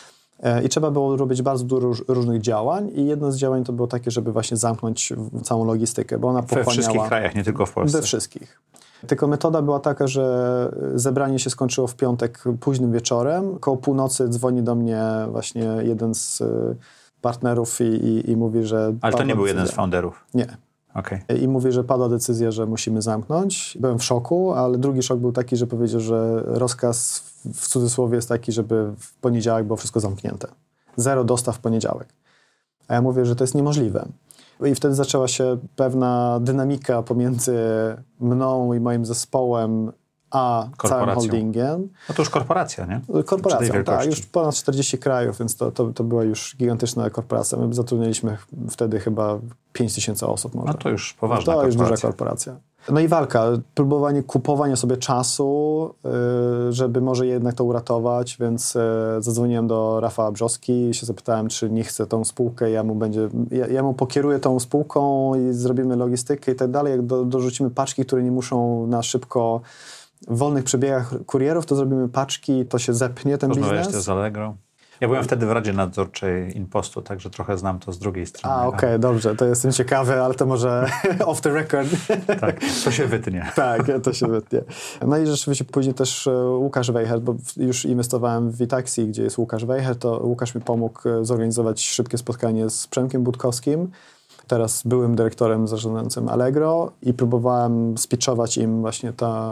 I trzeba było robić bardzo dużo różnych działań i jedno z działań to było takie, żeby właśnie zamknąć całą logistykę, bo ona pochłaniała... We wszystkich krajach, nie tylko w Polsce. We wszystkich. Tylko metoda była taka, że zebranie się skończyło w piątek późnym wieczorem. Koło północy dzwoni do mnie właśnie jeden z partnerów i mówi, że... Ale to nie był jeden z founderów? Nie. Okay. I mówi, że padła decyzja, że musimy zamknąć. Byłem w szoku, ale drugi szok był taki, że powiedział, że rozkaz w cudzysłowie jest taki, żeby w poniedziałek było wszystko zamknięte. 0 dostaw w poniedziałek. A ja mówię, że to jest niemożliwe. I wtedy zaczęła się pewna dynamika pomiędzy mną i moim zespołem a całym holdingiem. No to już korporacja, nie? Korporacją, tak. Już ponad 40 krajów, więc to była już gigantyczna korporacja. My zatrudniliśmy wtedy chyba 5000 osób może. No to już poważna korporacja. To już duża korporacja. No i walka, próbowanie kupowania sobie czasu, żeby może jednak to uratować, więc zadzwoniłem do Rafała Brzoski i się zapytałem, czy nie chce tą spółkę, ja mu pokieruję tą spółką i zrobimy logistykę i tak dalej. Jak dorzucimy paczki, które nie muszą na szybko w wolnych przebiegach kurierów, to zrobimy paczki, to się zepnie ten biznes. Rozmawiałeś też z Allegro? Ja byłem wtedy w Radzie Nadzorczej Impostu, także trochę znam to z drugiej strony. Okej, dobrze, to jestem ciekawy, ale to może off the record. Tak, to się wytnie. Tak, to się wytnie. No i rzeczywiście później też Łukasz Wejher, bo już inwestowałem w Vitaxi, gdzie jest Łukasz Wejher, to Łukasz mi pomógł zorganizować szybkie spotkanie z Przemkiem Budkowskim, teraz byłym dyrektorem zarządzającym Allegro i próbowałem spitchować im właśnie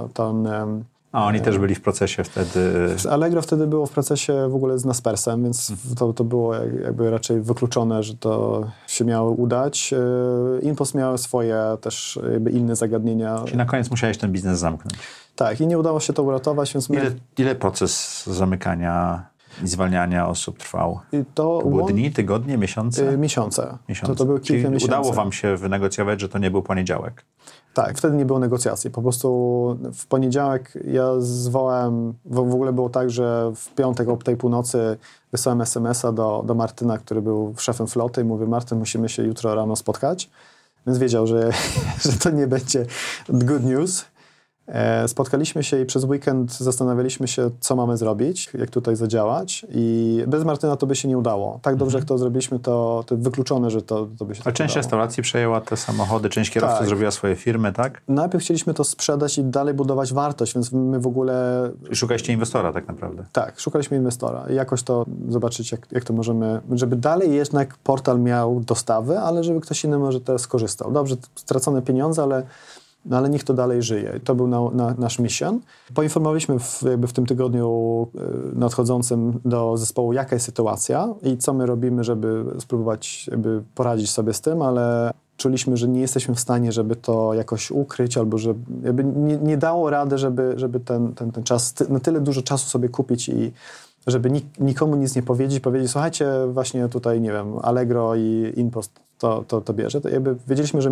A oni też byli w procesie wtedy? Allegro wtedy było w procesie w ogóle z Naspersem, więc to było jakby raczej wykluczone, że to się miało udać. Impost miał swoje też jakby inne zagadnienia. Czyli na koniec musiałeś ten biznes zamknąć. Tak, i nie udało się to uratować, więc Ile proces zamykania I zwalniania osób trwał? To były dni, tygodnie, miesiące? Miesiące. To było kilka miesięcy. Udało wam się wynegocjować, że to nie był poniedziałek? Tak, wtedy nie było negocjacji. Po prostu w poniedziałek ja zwołałem, w ogóle było tak, że w piątek o tej północy wysłałem SMS-a do Martyna, który był szefem floty i mówię: Martyn, musimy się jutro rano spotkać. Więc wiedział, że to nie będzie good news. Spotkaliśmy się i przez weekend zastanawialiśmy się, co mamy zrobić, jak tutaj zadziałać, i bez Martyna to by się nie udało. Tak dobrze, jak to zrobiliśmy, to wykluczone, że to by się tak część udało. restauracji przejęła te samochody, część kierowców zrobiła swoje firmy, tak? Najpierw chcieliśmy to sprzedać i dalej budować wartość, więc my w ogóle... Szukaliście inwestora tak naprawdę? Tak, szukaliśmy inwestora i jakoś to zobaczyć, jak to możemy, żeby dalej jednak portal miał dostawy, ale żeby ktoś inny może też skorzystał. Dobrze, stracone pieniądze, ale niech to dalej żyje. To był nasz mission. Poinformowaliśmy w tym tygodniu nadchodzącym do zespołu, jaka jest sytuacja i co my robimy, żeby spróbować poradzić sobie z tym, ale czuliśmy, że nie jesteśmy w stanie, żeby to jakoś ukryć, albo że nie dało rady, żeby ten czas, na tyle dużo czasu sobie kupić i żeby nikomu nic nie powiedzieć, słuchajcie, właśnie tutaj, nie wiem, Allegro i InPost to bierze. To wiedzieliśmy, że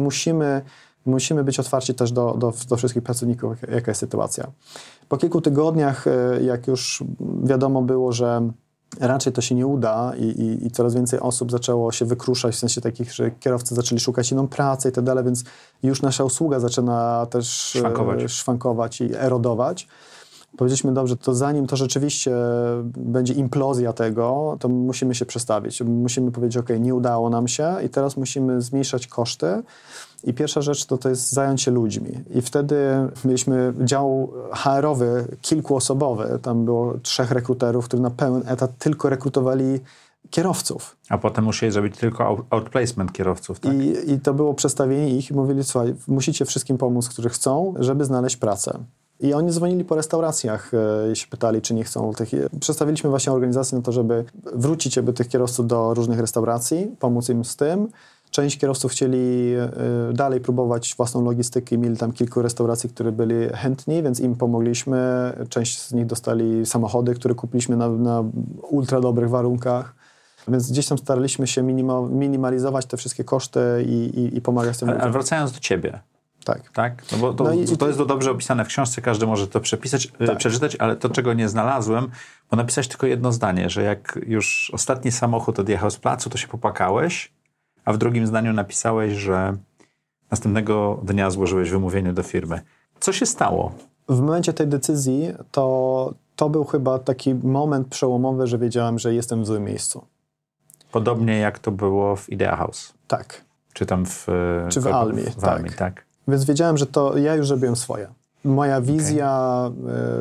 musimy być otwarci też do wszystkich pracowników, jaka jest sytuacja. Po kilku tygodniach, jak już wiadomo było, że raczej to się nie uda i coraz więcej osób zaczęło się wykruszać, w sensie takich, że kierowcy zaczęli szukać inną pracę i tak dalej, więc już nasza usługa zaczyna też szwankować i erodować. Powiedzieliśmy: dobrze, to zanim to rzeczywiście będzie implozja tego, to musimy się przestawić. Musimy powiedzieć: ok, nie udało nam się i teraz musimy zmniejszać koszty. I pierwsza rzecz to jest zająć się ludźmi. I wtedy mieliśmy dział HR-owy, kilkuosobowy. Tam było 3 rekruterów, którzy na pełen etat tylko rekrutowali kierowców. A potem musieli zrobić tylko outplacement kierowców, tak? I to było przestawienie ich i mówili: słuchaj, musicie wszystkim pomóc, którzy chcą, żeby znaleźć pracę. I oni dzwonili po restauracjach i się pytali, czy nie chcą tych. Przedstawiliśmy właśnie organizację na to, żeby wrócić tych kierowców do różnych restauracji, pomóc im z tym. Część kierowców chcieli dalej próbować własną logistykę i mieli tam kilku restauracji, które byli chętni, więc im pomogliśmy. Część z nich dostali samochody, które kupiliśmy na ultra dobrych warunkach. Więc gdzieś tam staraliśmy się minimalizować te wszystkie koszty i pomagać tym ludziom. Ale wracając do ciebie. Tak. No bo to jest dobrze opisane w książce, każdy może to przeczytać, ale to, czego nie znalazłem, bo napisałeś tylko jedno zdanie, że jak już ostatni samochód odjechał z placu, to się popłakałeś, a w drugim zdaniu napisałeś, że następnego dnia złożyłeś wymówienie do firmy. Co się stało? W momencie tej decyzji to był chyba taki moment przełomowy, że wiedziałem, że jestem w złym miejscu. Podobnie jak to było w Idea House. Tak. Czy tam w Almi. W Almi, tak. Więc wiedziałem, że to ja już zrobiłem swoje. Moja wizja,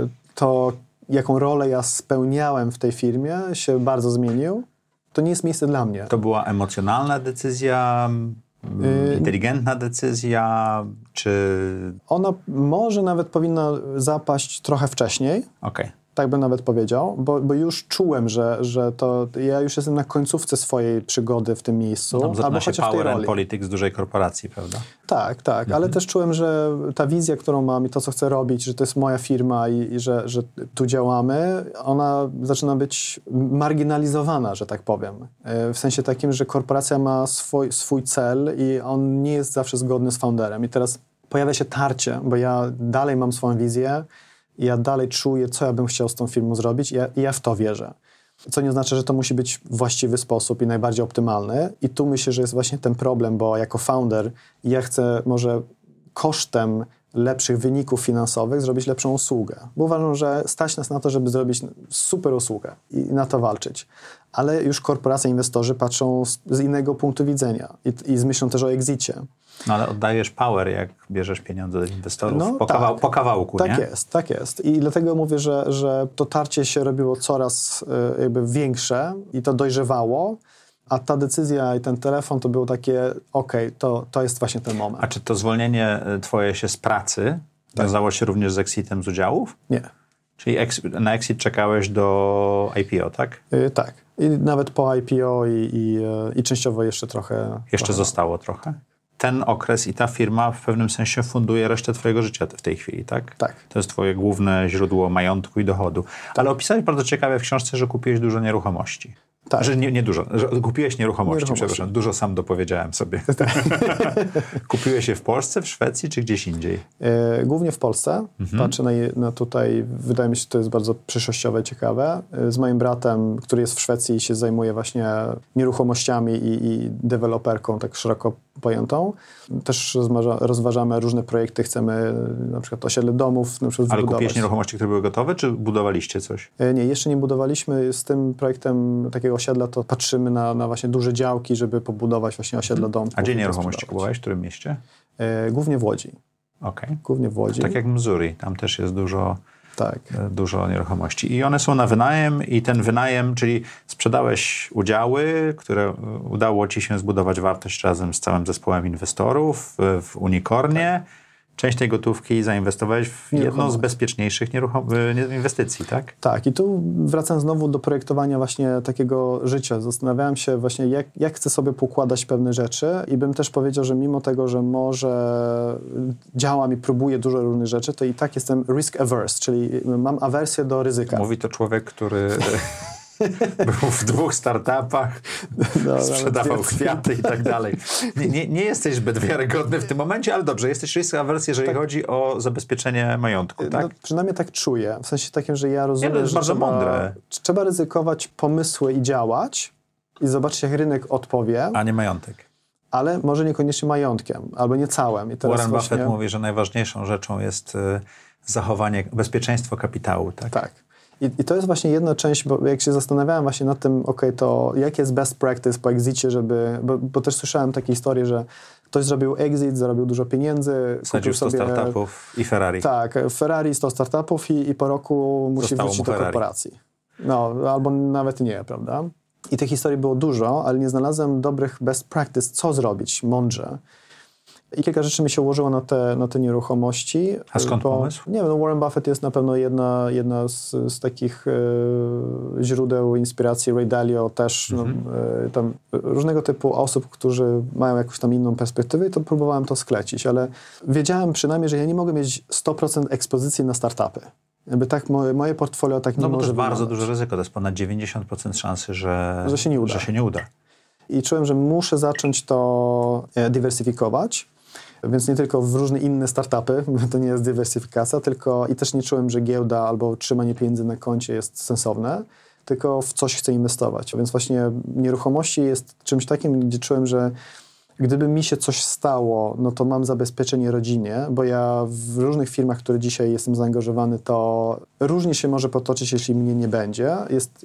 to jaką rolę ja spełniałem w tej firmie, się bardzo zmienił. To nie jest miejsce dla mnie. To była emocjonalna decyzja, inteligentna decyzja, czy... Ona może nawet powinna zapaść trochę wcześniej. Okej. Tak bym nawet powiedział, bo już czułem, że to ja już jestem na końcówce swojej przygody w tym miejscu. Tam zaczyna się power and politics dużej korporacji, prawda? Tak, ale też czułem, że ta wizja, którą mam i to, co chcę robić, że to jest moja firma i że tu działamy, ona zaczyna być marginalizowana, że tak powiem. W sensie takim, że korporacja ma swój cel i on nie jest zawsze zgodny z founderem. I teraz pojawia się tarcie, bo ja dalej mam swoją wizję, i ja dalej czuję, co ja bym chciał z tą firmą zrobić i ja w to wierzę. Co nie oznacza, że to musi być właściwy sposób i najbardziej optymalny. I tu myślę, że jest właśnie ten problem, bo jako founder ja chcę może kosztem lepszych wyników finansowych zrobić lepszą usługę. Bo uważam, że stać nas na to, żeby zrobić super usługę i na to walczyć. Ale już korporacje, inwestorzy patrzą z innego punktu widzenia i myślą też o exicie. No ale oddajesz power, jak bierzesz pieniądze od inwestorów po kawałku, tak nie? Tak jest. I dlatego mówię, że to tarcie się robiło coraz większe i to dojrzewało, a ta decyzja i ten telefon to było takie, to jest właśnie ten moment. A czy to zwolnienie twoje się z pracy wiązało się również z exitem z udziałów? Nie. Czyli na exit czekałeś do IPO, tak? Tak. I nawet po IPO i częściowo jeszcze trochę... Jeszcze zostało trochę? ten okres i ta firma w pewnym sensie funduje resztę twojego życia w tej chwili, tak? Tak. To jest twoje główne źródło majątku i dochodu. Ale opisałeś bardzo ciekawie w książce, że kupiłeś dużo nieruchomości. Tak. Że nie dużo, że kupiłeś nieruchomości, przepraszam, dużo sam dopowiedziałem sobie. Tak. Kupiłeś je w Polsce, w Szwecji czy gdzieś indziej? Głównie w Polsce. Patrzę na tutaj, wydaje mi się, że to jest bardzo przyszłościowe, ciekawe. Z moim bratem, który jest w Szwecji i się zajmuje właśnie nieruchomościami i deweloperką tak szeroko pojętą. Też rozważamy różne projekty, chcemy na przykład osiedle domów na przykład Ale zbudować. kupiłeś nieruchomości, które były gotowe, czy budowaliście coś? Nie, jeszcze nie budowaliśmy. Z tym projektem takiego osiedla to patrzymy na właśnie duże działki, żeby pobudować właśnie osiedla domów. A gdzie nieruchomości kupowałeś? W którym mieście? Głównie w Łodzi. Okej. Głównie w Łodzi. Tak jak w Missouri, tam też jest Tak. dużo nieruchomości. I one są na wynajem i ten wynajem, czyli sprzedałeś udziały, które udało ci się zbudować wartość razem z całym zespołem inwestorów w Unicornie. Część tej gotówki zainwestowałeś w jedną z bezpieczniejszych inwestycji, tak? Tak. I tu wracam znowu do projektowania właśnie takiego życia. Zastanawiałem się właśnie, jak chcę sobie pokładać pewne rzeczy i bym też powiedział, że mimo tego, że może działam i próbuję dużo różnych rzeczy, to i tak jestem risk averse, czyli mam awersję do ryzyka. Mówi to człowiek, który był w 2 startupach, sprzedawał kwiaty i tak dalej. Nie jesteś zbyt wiarygodny w tym momencie, ale dobrze, jesteś risk averse, jeżeli chodzi o zabezpieczenie majątku, tak? No, przynajmniej tak czuję. W sensie takim, że ja rozumiem, to jest że bardzo mądre. Trzeba ryzykować pomysły i działać i zobaczyć, jak rynek odpowie. A nie majątek. Ale może niekoniecznie majątkiem, albo nie całym. I teraz Warren właśnie... Buffett mówi, że najważniejszą rzeczą jest zachowanie, bezpieczeństwo kapitału, tak? Tak. I to jest właśnie jedna część, bo jak się zastanawiałem właśnie nad tym, to jakie jest best practice po exicie, bo też słyszałem takie historie, że ktoś zrobił exit, zarobił dużo pieniędzy. Sadził 100 startupów i Ferrari. Tak, Ferrari 100 startupów i po roku musi wrócić do korporacji. No, albo nawet nie, prawda? I tych historii było dużo, ale nie znalazłem dobrych best practice, co zrobić mądrze. I kilka rzeczy mi się ułożyło na te nieruchomości. A skąd pomysł? Nie wiem, Warren Buffett jest na pewno jedna z takich źródeł inspiracji. Ray Dalio też. Tam różnego typu osób, którzy mają jakąś tam inną perspektywę i to próbowałem to sklecić, ale wiedziałem przynajmniej, że ja nie mogę mieć 100% ekspozycji na startupy. Jakby tak moje portfolio tak nie może bo to jest wyglądać. bardzo duże ryzyko. To jest ponad 90% szansy, że się nie uda. I czułem, że muszę zacząć to dywersyfikować. Więc nie tylko w różne inne startupy, to nie jest dywersyfikacja, tylko i też nie czułem, że giełda albo trzymanie pieniędzy na koncie jest sensowne, tylko w coś chcę inwestować. Więc właśnie nieruchomości jest czymś takim, gdzie czułem, że gdyby mi się coś stało, no to mam zabezpieczenie rodzinie, bo ja w różnych firmach, w które dzisiaj jestem zaangażowany, to różnie się może potoczyć, jeśli mnie nie będzie. Jest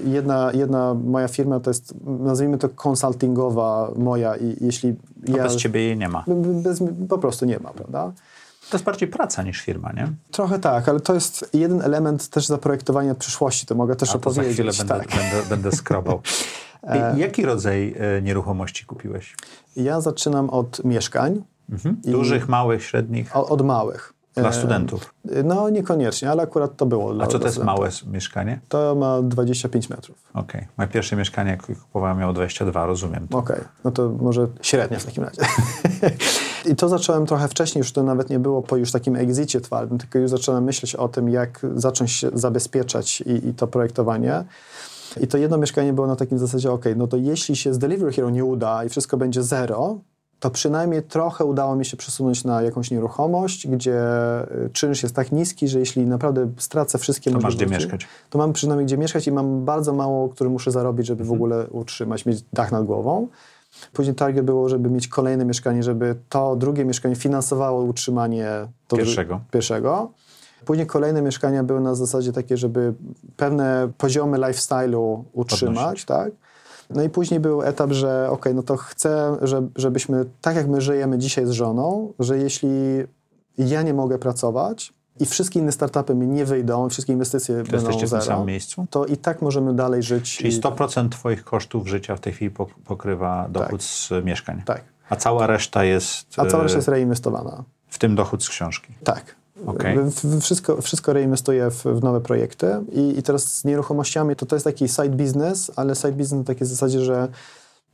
jedna moja firma, to jest, nazwijmy to konsultingowa moja i jeśli bez ciebie jej nie ma. Po prostu nie ma, prawda? To jest bardziej praca niż firma, nie? Trochę tak, ale to jest jeden element też zaprojektowania przyszłości, to mogę też opowiedzieć. Za chwilę będę skrobał. Jaki rodzaj nieruchomości kupiłeś? Ja zaczynam od mieszkań. Dużych, małych, średnich? Od małych. Dla studentów? No niekoniecznie, ale akurat to było. A co to jest małe mieszkanie? To ma 25 metrów. Okej. Moje pierwsze mieszkanie, jak kupowałem, miało 22, rozumiem. Okej. No to może średnie w takim razie. I to zacząłem trochę wcześniej, już to nawet nie było po już takim exicie twardym, tylko już zacząłem myśleć o tym, jak zacząć się zabezpieczać i to projektowanie. I to jedno mieszkanie było na takim zasadzie, no to jeśli się z Delivery Hero nie uda i wszystko będzie zero, to przynajmniej trochę udało mi się przesunąć na jakąś nieruchomość, gdzie czynsz jest tak niski, że jeśli naprawdę stracę wszystkie możliwości, masz gdzie mieszkać. To mam przynajmniej gdzie mieszkać i mam bardzo mało, które muszę zarobić, żeby w ogóle utrzymać, mieć dach nad głową. Później target było, żeby mieć kolejne mieszkanie, żeby to drugie mieszkanie finansowało utrzymanie pierwszego. Później kolejne mieszkania były na zasadzie takie, żeby pewne poziomy lifestyle'u utrzymać, tak? No i później był etap, że no to chcę, żebyśmy, tak jak my żyjemy dzisiaj z żoną, że jeśli ja nie mogę pracować i wszystkie inne startupy mi nie wyjdą, wszystkie inwestycje będą jesteście zero, w tym samym miejscu? To i tak możemy dalej żyć. Czyli 100% twoich kosztów życia w tej chwili pokrywa dochód z mieszkań? Tak. A cała reszta jest... reinwestowana. W tym dochód z książki? Tak. Okay. Wszystko reinwestuję w nowe projekty i teraz z nieruchomościami to jest taki side business, ale side business na takiej zasadzie, że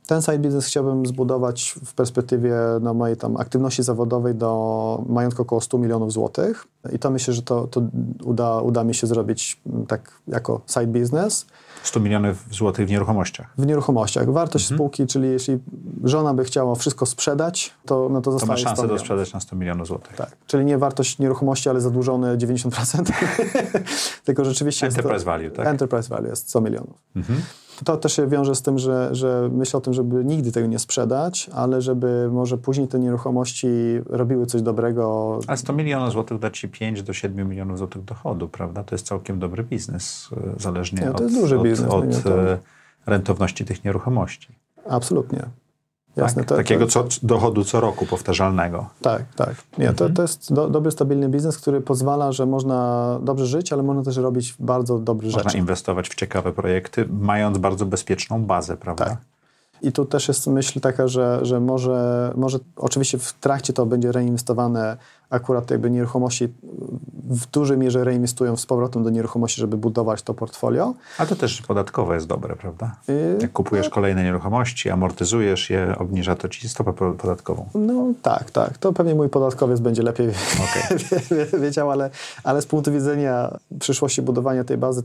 Ten side business chciałbym zbudować w perspektywie mojej tam aktywności zawodowej do majątku około 100 milionów złotych i to myślę, że to uda mi się zrobić tak jako side business. 100 milionów złotych w nieruchomościach. W nieruchomościach. Wartość spółki, czyli jeśli żona by chciała wszystko sprzedać, to zostaje 100 ma szansę milionów. sprzedać na 100 milionów złotych. Tak, czyli nie wartość nieruchomości, ale zadłużone 90%, tylko rzeczywiście Enterprise value, tak? Enterprise value jest 100 milionów. To też się wiąże z tym, że myślę o tym, żeby nigdy tego nie sprzedać, ale żeby może później te nieruchomości robiły coś dobrego. Ale 100 milionów złotych da ci 5 do 7 milionów złotych dochodu, prawda? To jest całkiem dobry biznes, zależnie od rentowności tych nieruchomości. Absolutnie. Jasne, tak, takiego dochodu co roku powtarzalnego. Tak. Nie, to jest dobry, stabilny biznes, który pozwala, że można dobrze żyć, ale można też robić bardzo dobre rzeczy. Można inwestować w ciekawe projekty, mając bardzo bezpieczną bazę, prawda? Tak. I tu też jest myśl taka, że może oczywiście w trakcie to będzie reinwestowane, akurat jakby nieruchomości w dużej mierze reinwestują z powrotem do nieruchomości, żeby budować to portfolio. A to też podatkowo jest dobre, prawda? Jak kupujesz kolejne nieruchomości, amortyzujesz je, obniża to ci stopę podatkową. No tak. To pewnie mój podatkowiec będzie lepiej wiedział, ale z punktu widzenia przyszłości budowania tej bazy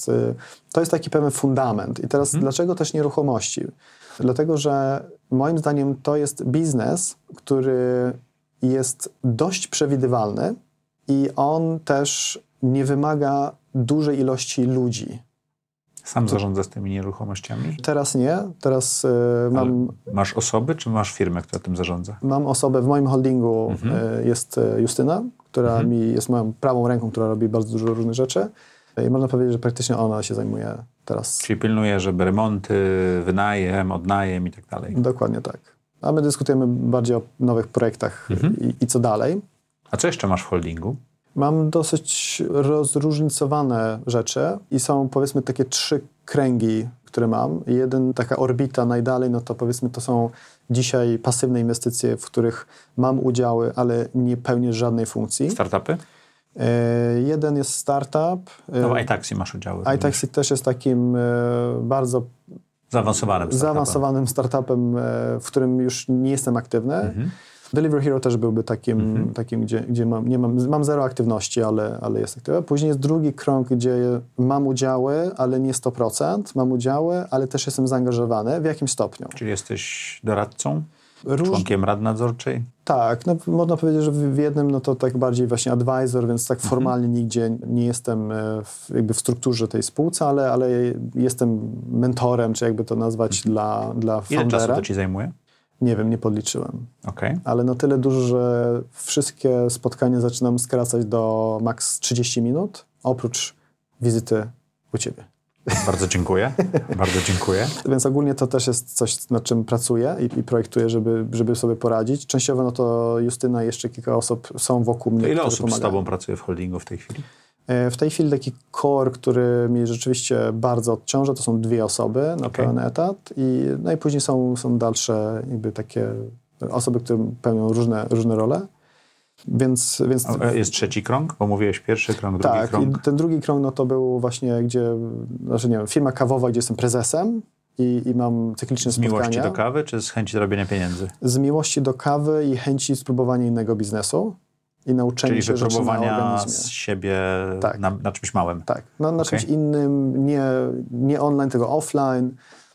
to jest taki pewien fundament. I teraz dlaczego też nieruchomości? Dlatego, że moim zdaniem to jest biznes, który jest dość przewidywalny i on też nie wymaga dużej ilości ludzi. Sam zarządzasz tymi nieruchomościami? Teraz nie. Teraz mam... Masz osoby, czy masz firmę, która tym zarządza? Mam osobę, w moim holdingu jest Justyna, która jest moją prawą ręką, która robi bardzo dużo różnych rzeczy. I można powiedzieć, że praktycznie ona się zajmuje teraz. Czyli pilnuje, żeby remonty, wynajem, odnajem i tak dalej. Dokładnie tak. A my dyskutujemy bardziej o nowych projektach i co dalej. A co jeszcze masz w holdingu? Mam dosyć rozróżnicowane rzeczy i są powiedzmy takie 3 kręgi, które mam. Jeden, taka orbita najdalej, no to powiedzmy to są dzisiaj pasywne inwestycje, w których mam udziały, ale nie pełnię żadnej funkcji. Startupy? Jeden jest startup. No w iTaxi masz udziały. iTaxi też jest takim bardzo zaawansowanym startupem, w którym już nie jestem aktywny. Delivery Hero też byłby takim gdzie mam zero aktywności, ale jest aktywny. Później jest drugi krąg, gdzie mam udziały, ale nie 100%. Mam udziały, ale też jestem zaangażowany w jakimś stopniu. Czyli jesteś doradcą? Członkiem rady nadzorczej? Tak, no, można powiedzieć, że w jednym no to tak bardziej właśnie advisor, więc tak formalnie nigdzie nie jestem jakby w strukturze tej spółce, ale jestem mentorem, czy jakby to nazwać dla foundera. Ile czasu to ci zajmuje? Nie wiem, nie podliczyłem. Okay. Ale na tyle dużo, że wszystkie spotkania zaczynam skracać do maks 30 minut, oprócz wizyty u ciebie. Bardzo dziękuję. Bardzo dziękuję. Więc ogólnie to też jest coś, nad czym pracuję i projektuję, żeby sobie poradzić. Częściowo no to Justyna i jeszcze kilka osób są wokół mnie, to ile które osób pomagają. z tobą pracuje w holdingu w tej chwili? W tej chwili taki core, który mnie rzeczywiście bardzo odciąża, to są 2 osoby na pełen etat i później są dalsze jakby takie osoby, które pełnią różne role. Więc jest trzeci krąg? Bo mówiłeś pierwszy krąg, drugi krąg. Tak, i ten drugi krąg no to był właśnie, firma kawowa, gdzie jestem prezesem i mam cykliczne spotkania. Z miłości do kawy, czy z chęci robienia pieniędzy? Z miłości do kawy i chęci spróbowania innego biznesu i nauczenia się rzeczy na organizmie. Z siebie na czymś małym. Tak, na czymś innym, nie online, tylko offline.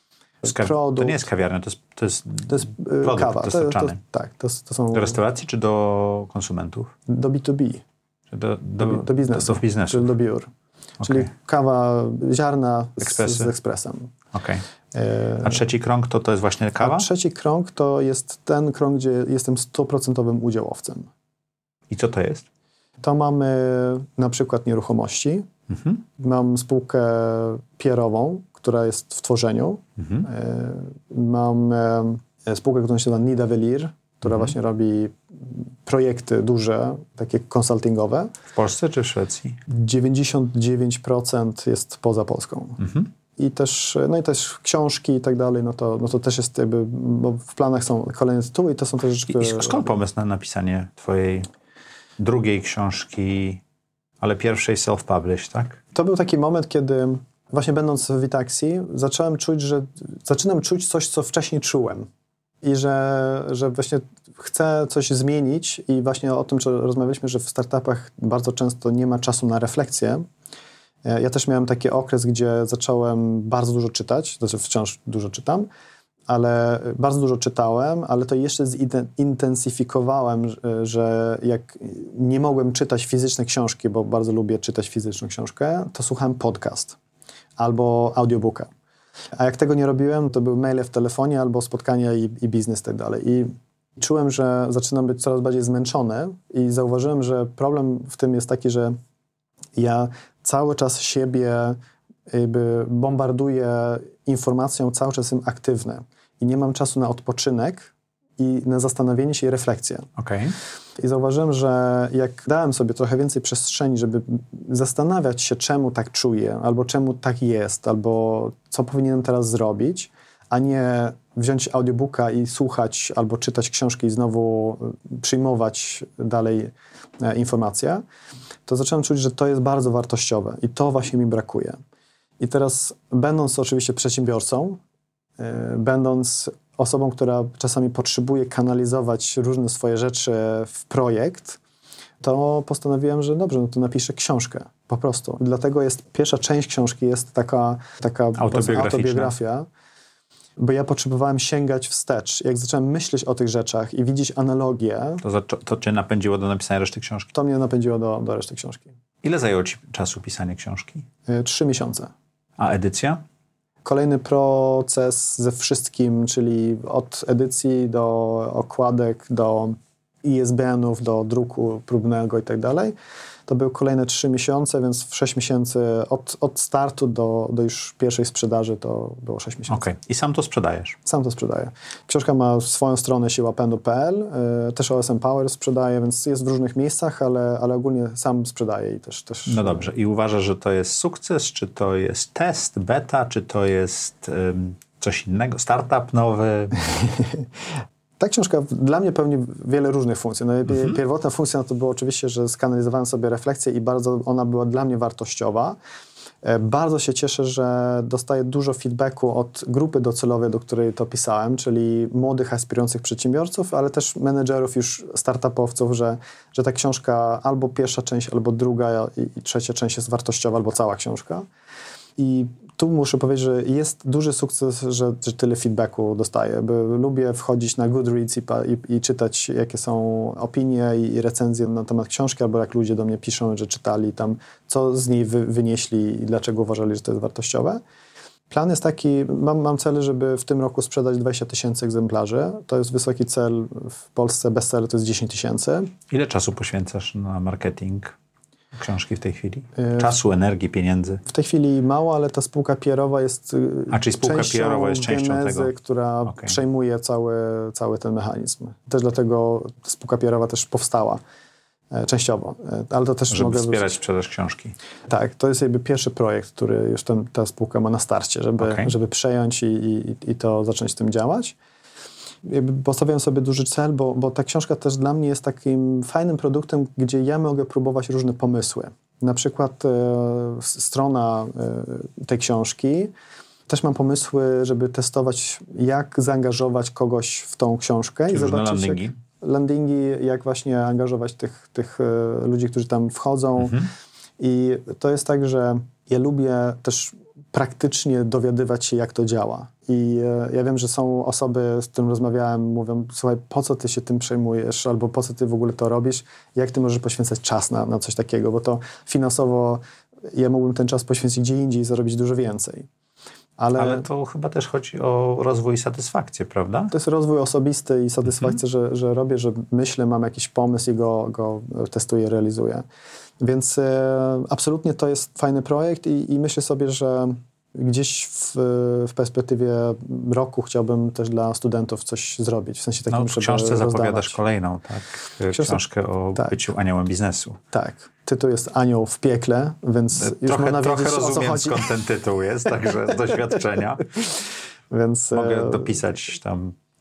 To nie jest kawiarnia, to jest produkt kawa. dostarczany. To są... Do restauracji czy do konsumentów? Do B2B. Do biznesu. Do biznesu. Czyli do biur. Czyli kawa ziarna z ekspresem. Okay. A trzeci krąg to jest właśnie kawa? A trzeci krąg to jest ten krąg, gdzie jestem 100% udziałowcem. I co to jest? To mamy na przykład nieruchomości. Mam spółkę PR-ową, która jest w tworzeniu. Mam spółkę, która się nazywa Nida Velir, która właśnie robi projekty duże, takie konsultingowe. W Polsce czy w Szwecji? 99% jest poza Polską. I też książki i tak dalej, no to też jest jakby, bo w planach są kolejne tytuły i to są też rzeczy, które... I skąd pomysł na napisanie twojej drugiej książki, ale pierwszej self-publish, tak? To był taki moment, kiedy właśnie będąc w Vitaxi, zaczynam czuć coś, co wcześniej czułem. I że właśnie chcę coś zmienić i właśnie o tym, że rozmawialiśmy, że w startupach bardzo często nie ma czasu na refleksję. Ja też miałem taki okres, gdzie zacząłem bardzo dużo czytać, znaczy wciąż dużo czytam, ale bardzo dużo czytałem, ale to jeszcze zintensyfikowałem, że jak nie mogłem czytać fizycznej książki, bo bardzo lubię czytać fizyczną książkę, to słuchałem podcast albo audiobooka. A jak tego nie robiłem, to były maile w telefonie albo spotkania i biznes i tak dalej. I czułem, że zaczynam być coraz bardziej zmęczony i zauważyłem, że problem w tym jest taki, że ja cały czas siebie jakby bombarduję informacją, cały czas jestem aktywny i nie mam czasu na odpoczynek i na zastanowienie się i refleksję. Okay. I zauważyłem, że jak dałem sobie trochę więcej przestrzeni, żeby zastanawiać się, czemu tak czuję, albo czemu tak jest, albo co powinienem teraz zrobić, a nie wziąć audiobooka i słuchać, albo czytać książki i znowu przyjmować dalej informacje, to zacząłem czuć, że to jest bardzo wartościowe i to właśnie mi brakuje. I teraz, będąc oczywiście przedsiębiorcą, będąc osobą, która czasami potrzebuje kanalizować różne swoje rzeczy w projekt, to postanowiłem, że dobrze, no to napiszę książkę, po prostu. Dlatego pierwsza część książki jest taka autobiografia, bo ja potrzebowałem sięgać wstecz. Jak zacząłem myśleć o tych rzeczach i widzieć analogie... To cię napędziło do napisania reszty książki? To mnie napędziło do reszty książki. Ile zajęło ci czasu pisanie książki? 3 miesiące. A edycja? Kolejny proces ze wszystkim, czyli od edycji do okładek, do ISBN-ów, do druku próbnego i tak dalej. To były kolejne 3 miesiące, więc w 6 miesięcy od startu do już pierwszej sprzedaży to było 6 miesięcy. Okej. I sam to sprzedajesz? Sam to sprzedaję. Książka ma swoją stronę siłapędu.pl, też OSM Power sprzedaje, więc jest w różnych miejscach, ale ogólnie sam sprzedaję i też... No dobrze. I uważasz, że to jest sukces? Czy to jest test, beta? Czy to jest coś innego? Startup nowy? Ta książka dla mnie pełni wiele różnych funkcji. No, pierwotna funkcja to było oczywiście, że skanalizowałem sobie refleksję i bardzo ona była dla mnie wartościowa. Bardzo się cieszę, że dostaję dużo feedbacku od grupy docelowej, do której to pisałem, czyli młodych, aspirujących przedsiębiorców, ale też menedżerów, już startupowców, że ta książka albo pierwsza część, albo druga i trzecia część jest wartościowa, albo cała książka. I tu muszę powiedzieć, że jest duży sukces, że tyle feedbacku dostaję, bo lubię wchodzić na Goodreads i czytać, jakie są opinie i recenzje na temat książki, albo jak ludzie do mnie piszą, że czytali tam, co z niej wynieśli i dlaczego uważali, że to jest wartościowe. Plan jest taki, mam cel, żeby w tym roku sprzedać 20 000 egzemplarzy. To jest wysoki cel. W Polsce bestseller to jest 10 000. Ile czasu poświęcasz na marketing książki w tej chwili? Czasu, energii, pieniędzy? W tej chwili mało, ale ta spółka PR-owa jest czyli spółka PR-owa jest częścią tego? Która przejmuje cały ten mechanizm. Też dlatego spółka PR-owa też powstała częściowo. Ale to też żeby wspierać sprzedaż książki. Tak, to jest jakby pierwszy projekt, który już ta spółka ma na starcie, żeby przejąć i to zacząć z tym działać. Postawiłem sobie duży cel, bo ta książka też dla mnie jest takim fajnym produktem, gdzie ja mogę próbować różne pomysły. Na przykład strona tej książki. Też mam pomysły, żeby testować, jak zaangażować kogoś w tą książkę. Czyli i zobaczyć landingi? Landingi, jak właśnie angażować tych ludzi, którzy tam wchodzą. I to jest tak, że ja lubię też praktycznie dowiadywać się, jak to działa. I ja wiem, że są osoby, z którymi rozmawiałem, mówią, słuchaj, po co ty się tym przejmujesz, albo po co ty w ogóle to robisz, jak ty możesz poświęcać czas na coś takiego, bo to finansowo ja mógłbym ten czas poświęcić gdzie indziej i zarobić dużo więcej. Ale to chyba też chodzi o rozwój i satysfakcję, prawda? To jest rozwój osobisty i satysfakcja, że robię, że myślę, mam jakiś pomysł i go testuję, realizuję. Więc absolutnie to jest fajny projekt i myślę sobie, że gdzieś w perspektywie roku chciałbym też dla studentów coś zrobić. W sensie takim, w książce zapowiadasz kolejną, tak? Książkę o byciu aniołem biznesu. Tak. Tytuł jest Anioł w piekle, więc już można wiedzieć, trochę rozumiem, skąd ten tytuł jest, także z doświadczenia. Więc mogę dopisać tam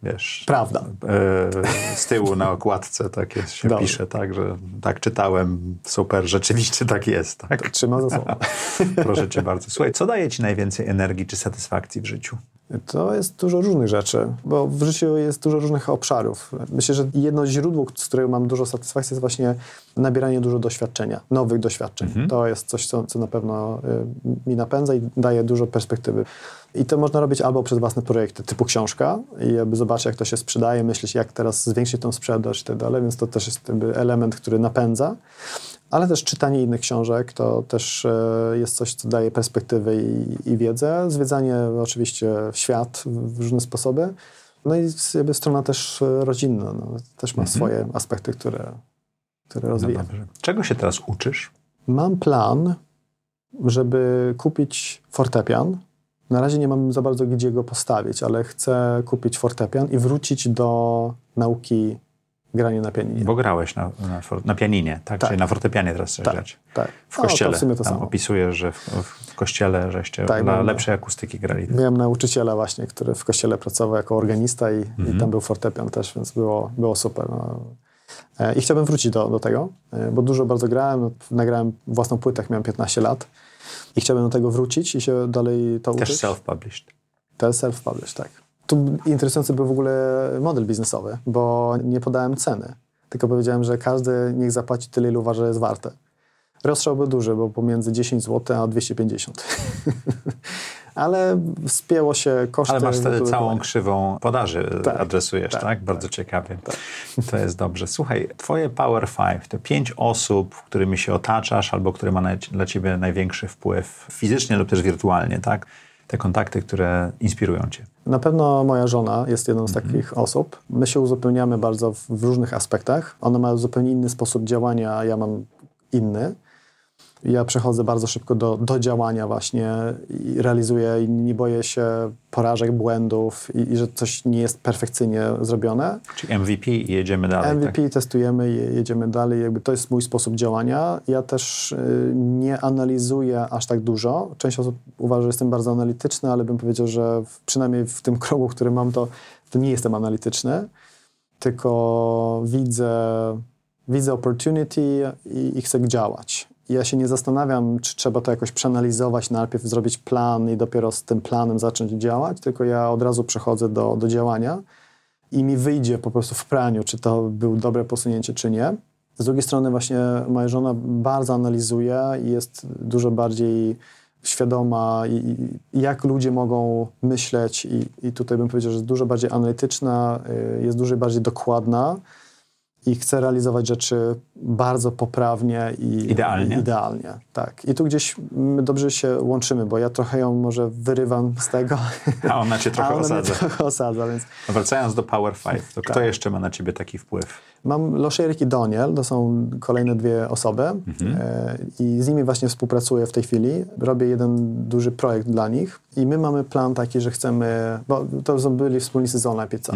wiesz... Prawda. Z tyłu na okładce tak jest, się pisze, tak, że tak czytałem, super, rzeczywiście tak jest. Tak? To trzyma za sobą. Proszę cię bardzo. Słuchaj, co daje ci najwięcej energii czy satysfakcji w życiu? To jest dużo różnych rzeczy, bo w życiu jest dużo różnych obszarów. Myślę, że jedno źródło, z którego mam dużo satysfakcji, jest właśnie nabieranie dużo doświadczenia, nowych doświadczeń. To jest coś, co na pewno mi napędza i daje dużo perspektywy. I to można robić albo przez własne projekty, typu książka i jakby zobaczyć, jak to się sprzedaje, myśleć, jak teraz zwiększyć tą sprzedaż i tak dalej, więc to też jest jakby element, który napędza. Ale też czytanie innych książek to też jest coś, co daje perspektywę i wiedzę. Zwiedzanie oczywiście świat w różne sposoby. No i jakby strona też rodzinna, też ma swoje aspekty, które rozwija. No, czego się teraz uczysz? Mam plan, żeby kupić fortepian. Na razie nie mam za bardzo gdzie go postawić, ale chcę kupić fortepian i wrócić do nauki grania na pianinie. Bo grałeś na pianinie, tak? Czyli na fortepianie teraz chcesz grać. Tak. W kościele. To w sumie to tam samo. opisujesz, że w kościele żeście dla lepszej akustyki grali. Miałem nauczyciela właśnie, który w kościele pracował jako organista i tam był fortepian też, więc było super. No. I chciałbym wrócić do tego, bo dużo bardzo grałem. Nagrałem własną płytę, jak miałem 15 lat. I chciałbym do tego wrócić i się dalej to uczyć. Też self-published. Też self-published, tak. Tu interesujący był w ogóle model biznesowy, bo nie podałem ceny, tylko powiedziałem, że każdy niech zapłaci tyle, ile uważa, że jest warte. Rozstrzał był duży, bo pomiędzy 10 zł a 250. Ale spięło się koszty. Ale masz wtedy całą krzywą podaży adresujesz, tak? Bardzo tak, ciekawie. Tak. To jest dobrze. Słuchaj, twoje Power 5 to 5 osób, którymi się otaczasz albo które ma dla ciebie największy wpływ fizycznie lub też wirtualnie, tak? Te kontakty, które inspirują cię. Na pewno moja żona jest jedną z takich osób. My się uzupełniamy bardzo w różnych aspektach. Ona ma zupełnie inny sposób działania, a ja mam inny. Ja przechodzę bardzo szybko do działania właśnie i realizuję i nie boję się porażek, błędów i że coś nie jest perfekcyjnie zrobione. Czyli MVP i jedziemy dalej. MVP testujemy i jedziemy dalej. Jakby to jest mój sposób działania. Ja też nie analizuję aż tak dużo. Część osób uważa, że jestem bardzo analityczny, ale bym powiedział, że przynajmniej w tym kręgu, który mam, to nie jestem analityczny, tylko widzę opportunity i chcę działać. Ja się nie zastanawiam, czy trzeba to jakoś przeanalizować, najpierw zrobić plan i dopiero z tym planem zacząć działać, tylko ja od razu przechodzę do działania i mi wyjdzie po prostu w praniu, czy to było dobre posunięcie, czy nie. Z drugiej strony właśnie moja żona bardzo analizuje i jest dużo bardziej świadoma jak ludzie mogą myśleć i tutaj bym powiedział, że jest dużo bardziej analityczna, jest dużo bardziej dokładna. I chcę realizować rzeczy bardzo poprawnie i idealnie. Tak. I tu gdzieś my dobrze się łączymy, bo ja trochę ją może wyrywam z tego. A ona cię trochę osadza. Więc... Wracając do Power 5, to kto jeszcze ma na ciebie taki wpływ? Mam Loszerik i Doniel, to są kolejne dwie osoby i z nimi właśnie współpracuję w tej chwili. Robię jeden duży projekt dla nich i my mamy plan taki, że chcemy, bo to byli wspólnicy z Online Pizza.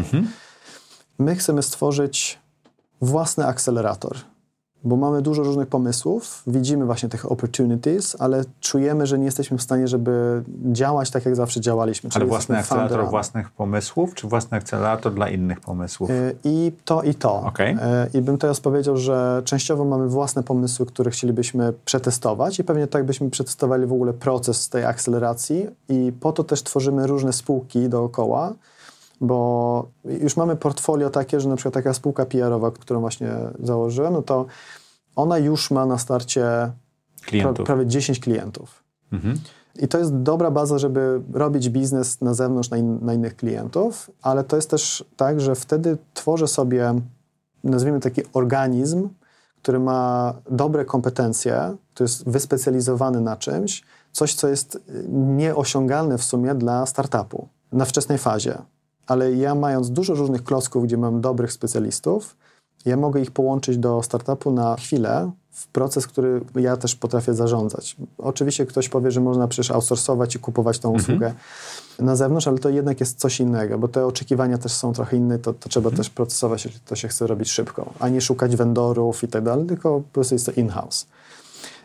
My chcemy stworzyć własny akcelerator, bo mamy dużo różnych pomysłów, widzimy właśnie tych opportunities, ale czujemy, że nie jesteśmy w stanie, żeby działać tak, jak zawsze działaliśmy. Ale własny akcelerator własnych pomysłów, czy własny akcelerator dla innych pomysłów? I to. Okay. I bym teraz powiedział, że częściowo mamy własne pomysły, które chcielibyśmy przetestować i pewnie tak byśmy przetestowali w ogóle proces tej akceleracji i po to też tworzymy różne spółki dookoła, bo już mamy portfolio takie, że na przykład taka spółka PR-owa, którą właśnie założyłem, no to ona już ma na starcie prawie 10 klientów. I to jest dobra baza, żeby robić biznes na zewnątrz, na innych klientów, ale to jest też tak, że wtedy tworzę sobie, nazwijmy taki organizm, który ma dobre kompetencje, który jest wyspecjalizowany na czymś, coś, co jest nieosiągalne w sumie dla startupu na wczesnej fazie. Ale ja mając dużo różnych klocków, gdzie mam dobrych specjalistów, ja mogę ich połączyć do startupu na chwilę w proces, który ja też potrafię zarządzać. Oczywiście ktoś powie, że można przecież outsourcować i kupować tą usługę na zewnątrz, ale to jednak jest coś innego, bo te oczekiwania też są trochę inne, to trzeba też procesować, jeśli to się chce robić szybko, a nie szukać vendorów i tak dalej, tylko po prostu jest to in-house.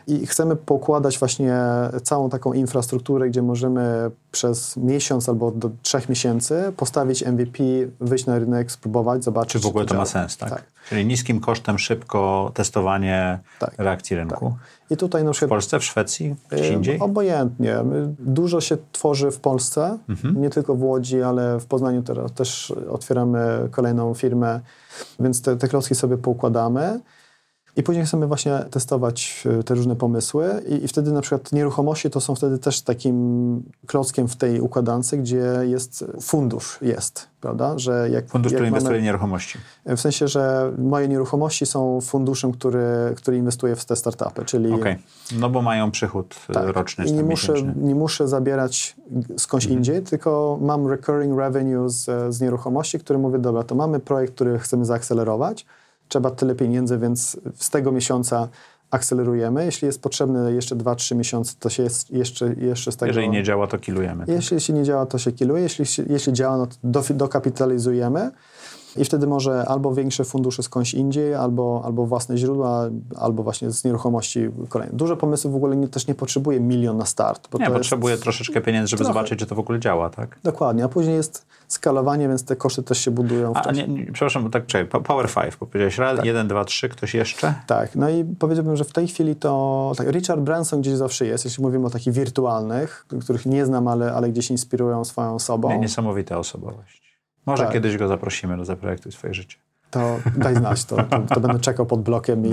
I chcemy pokładać właśnie całą taką infrastrukturę, gdzie możemy przez miesiąc albo do 3 miesięcy postawić MVP, wyjść na rynek, spróbować, zobaczyć. Czy w ogóle to ma sens, tak? Tak. Czyli niskim kosztem, szybko testowanie reakcji rynku. Tak. I tutaj na przykład, w Polsce, w Szwecji, gdzieś indziej? Obojętnie. Dużo się tworzy w Polsce, nie tylko w Łodzi, ale w Poznaniu teraz też otwieramy kolejną firmę, więc te klocki sobie poukładamy. I później chcemy właśnie testować te różne pomysły i wtedy na przykład nieruchomości to są wtedy też takim klockiem w tej układance, gdzie jest fundusz, prawda? Że fundusz, który inwestuje w nieruchomości. W sensie, że moje nieruchomości są funduszem, który inwestuje w te startupy, czyli... Okej. No bo mają przychód roczny. I nie muszę zabierać skądś indziej, tylko mam recurring revenue z nieruchomości, który mówię, dobra, to mamy projekt, który chcemy zaakcelerować, trzeba tyle pieniędzy, więc z tego miesiąca akcelerujemy. Jeśli jest potrzebne jeszcze 2-3 miesiące, to się jeszcze z tego... Jeżeli nie działa, to killujemy. Tak? Jeśli nie działa, to się killuje. Jeśli działa, no to dokapitalizujemy i wtedy może albo większe fundusze skądś indziej, albo własne źródła, albo właśnie z nieruchomości kolejne. Dużo pomysłów w ogóle też nie potrzebuje 1 milion na start. Bo potrzebuje troszeczkę pieniędzy, żeby zobaczyć, czy to w ogóle działa, tak? Dokładnie, a później jest skalowanie, więc te koszty też się budują. Przepraszam, bo tak, Power 5, bo powiedziałeś raz, 1, 2, 3, ktoś jeszcze? Tak, no i powiedziałbym, że w tej chwili to Richard Branson gdzieś zawsze jest, jeśli mówimy o takich wirtualnych, których nie znam, ale gdzieś inspirują swoją osobą. Niesamowita osobowość. Może kiedyś go zaprosimy do Zaprojektuj swoje życie. To daj znać, to będę czekał pod blokiem,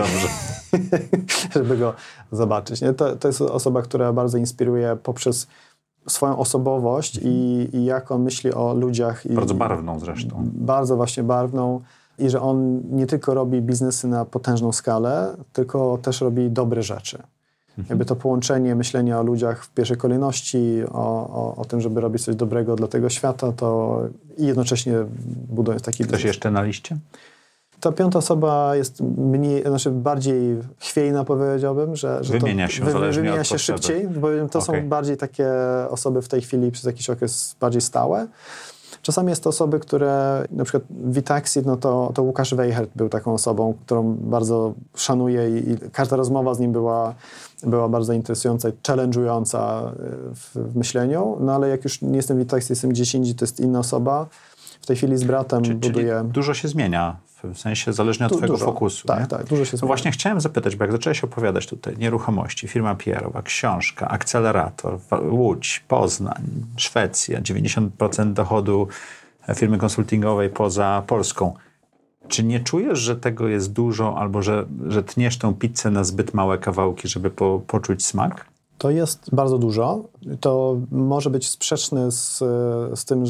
żeby go zobaczyć. Nie? To jest osoba, która bardzo inspiruje poprzez swoją osobowość i jak on myśli o ludziach. Bardzo barwną zresztą. Bardzo właśnie barwną i że on nie tylko robi biznesy na potężną skalę, tylko też robi dobre rzeczy. Jakby to połączenie myślenia o ludziach w pierwszej kolejności, o tym, żeby robić coś dobrego dla tego świata, to i jednocześnie budując taki biznes. Ktoś jeszcze na liście? Ta 5. osoba jest bardziej chwiejna, powiedziałbym, że wymienia się, wymienia się szybciej, bo to są bardziej takie osoby w tej chwili przez jakiś okres bardziej stałe. Czasami jest to osoby, które, na przykład w Vitaxi, no to Łukasz Wejhert był taką osobą, którą bardzo szanuję i każda rozmowa z nim była bardzo interesująca i challenge'ująca w myśleniu, no ale jak już nie jestem w Vitaxi, jestem gdzieś indziej, to jest inna osoba. W tej chwili z bratem buduję... Czyli dużo się zmienia, w sensie zależnie od twojego fokusu. Tak, dużo się zmienia. No właśnie chciałem zapytać, bo jak zacząłeś opowiadać tutaj, nieruchomości, firma PR-owa, książka, akcelerator, Łódź, Poznań, Szwecja, 90% dochodu firmy konsultingowej poza Polską. Czy nie czujesz, że tego jest dużo albo że tniesz tą pizzę na zbyt małe kawałki, żeby poczuć smak? To jest bardzo dużo. To może być sprzeczne z tym,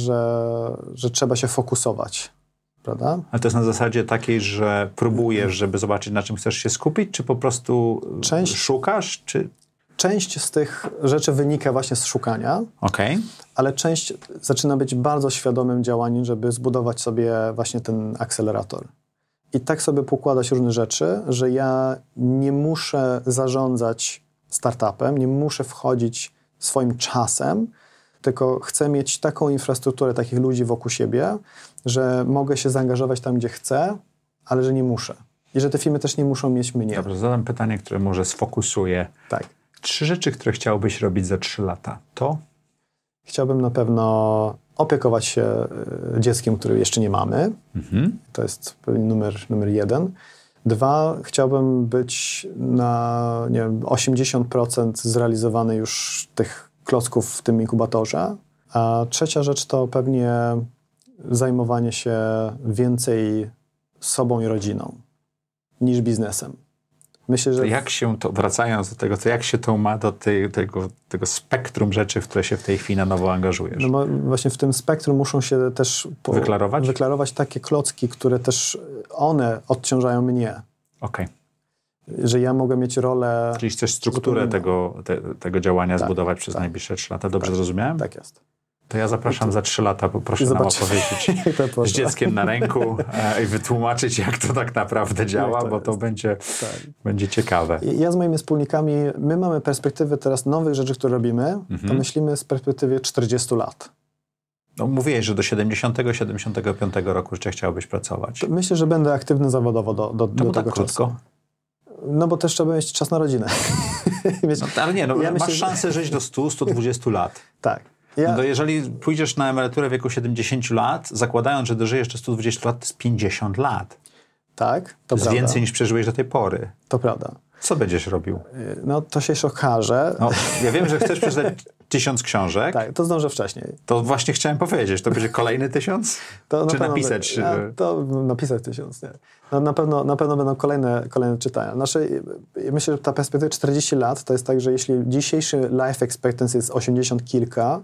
że trzeba się fokusować. Prawda? Ale to jest na zasadzie takiej, że próbujesz, żeby zobaczyć, na czym chcesz się skupić, czy po prostu szukasz? Część z tych rzeczy wynika właśnie z szukania, ale część zaczyna być bardzo świadomym działaniem, żeby zbudować sobie właśnie ten akcelerator. I tak sobie pokładać różne rzeczy, że ja nie muszę zarządzać startupem, nie muszę wchodzić swoim czasem, tylko chcę mieć taką infrastrukturę takich ludzi wokół siebie, że mogę się zaangażować tam, gdzie chcę, ale że nie muszę. I że te firmy też nie muszą mieć mnie. Dobrze, zadam pytanie, które może sfokusuje. Tak. 3 rzeczy, które chciałbyś robić za 3 lata. To? Chciałbym na pewno opiekować się dzieckiem, które jeszcze nie mamy. To jest pewnie numer 1. 2, chciałbym być na 80% zrealizowany już tych klocków w tym inkubatorze. A 3 rzecz to pewnie zajmowanie się więcej sobą i rodziną niż biznesem. Myślę, że... To jak się to, wracając do tego, to jak się to ma do tego spektrum rzeczy, w które się w tej chwili na nowo angażujesz? No właśnie w tym spektrum muszą się też wyklarować takie klocki, które też one odciążają mnie. Że ja mogę mieć rolę... Czyli chcesz strukturę tego działania zbudować przez najbliższe 3 lata. Dobrze zrozumiałem? Tak jest. To ja zapraszam za 3 lata, poproszę nam opowiedzieć z dzieckiem na ręku i wytłumaczyć, jak to tak naprawdę działa, bo to będzie ciekawe. Ja z moimi wspólnikami, my mamy perspektywę teraz nowych rzeczy, które robimy, to myślimy z perspektywy 40 lat. No, mówiłeś, że do 70-75 roku życia chciałbyś pracować. Myślę, że będę aktywny zawodowo do tego krótko? czasu. No bo też trzeba mieć czas na rodzinę. Wiesz, ale nie, masz szansę żyć do 100-120 lat. Tak. No to jeżeli pójdziesz na emeryturę w wieku 70 lat, zakładając, że dożyjesz jeszcze 120 lat, to jest 50 lat. Tak, to jest prawda. Więcej niż przeżyłeś do tej pory. To prawda. Co będziesz robił? No to się jeszcze okaże. No, ja wiem, że chcesz przeczytać 1000 książek. Tak, to zdążę wcześniej. To właśnie chciałem powiedzieć. To będzie kolejny 1000? Czy napisać? To napisać 1000, nie. No, na pewno będą kolejne czytania. Myślę, że ta perspektywa 40 lat to jest tak, że jeśli dzisiejszy life expectancy jest 80 kilka,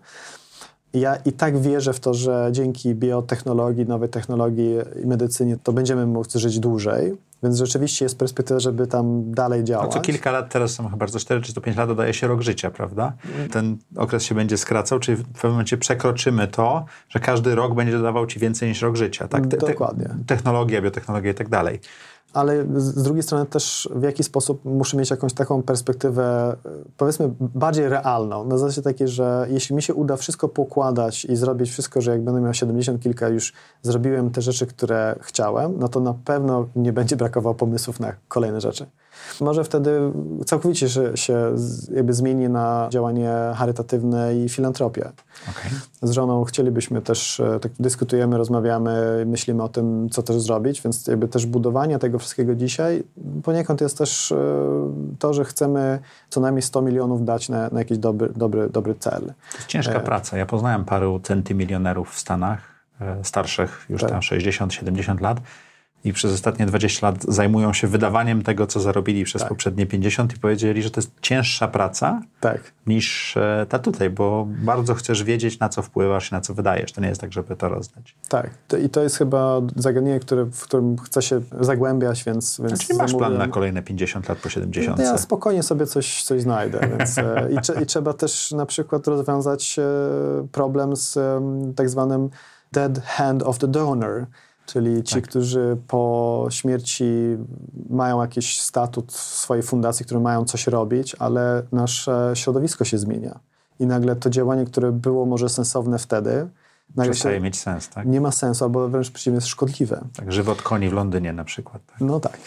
ja i tak wierzę w to, że dzięki biotechnologii, nowej technologii i medycynie to będziemy móc żyć dłużej. Więc rzeczywiście jest perspektywa, żeby tam dalej działać. No co kilka lat, teraz są chyba co 4 czy to 5 lat dodaje się rok życia, prawda? Ten okres się będzie skracał, czyli w pewnym momencie przekroczymy to, że każdy rok będzie dodawał ci więcej niż rok życia. Tak? Dokładnie. Technologia, biotechnologia i tak dalej. Ale z drugiej strony też w jaki sposób muszę mieć jakąś taką perspektywę, powiedzmy, bardziej realną. Na zasadzie takiej, że jeśli mi się uda wszystko poukładać i zrobić wszystko, że jak będę miał 70 kilka, już zrobiłem te rzeczy, które chciałem, no to na pewno nie będzie brakowało pomysłów na kolejne rzeczy. Może wtedy całkowicie się jakby zmieni na działanie charytatywne i filantropię. Okay. Z żoną chcielibyśmy też, tak dyskutujemy, rozmawiamy, myślimy o tym, co też zrobić, więc jakby też budowanie tego wszystkiego dzisiaj poniekąd jest też to, że chcemy co najmniej 100 milionów dać na jakiś dobry cel. To jest ciężka praca. Ja poznałem paru centymilionerów w Stanach, starszych już tam 60-70 lat. I przez ostatnie 20 lat zajmują się wydawaniem tego, co zarobili przez poprzednie 50 i powiedzieli, że to jest cięższa praca niż ta tutaj, bo bardzo chcesz wiedzieć, na co wpływasz i na co wydajesz. To nie jest tak, żeby to rozdać. Tak. I to jest chyba zagadnienie, w którym chcę się zagłębiać, więc czyli masz plan na kolejne 50 lat po 70? Ja spokojnie sobie coś znajdę. Więc, i trzeba też na przykład rozwiązać problem z tak zwanym dead hand of the donor. Czyli ci, którzy po śmierci mają jakiś statut w swojej fundacji, które mają coś robić, ale nasze środowisko się zmienia. I nagle to działanie, które było może sensowne wtedy, przestaje mieć sens, tak? Nie ma sensu, albo wręcz przeciwnie, jest szkodliwe. Tak, żywot koni w Londynie na przykład. Tak? No tak.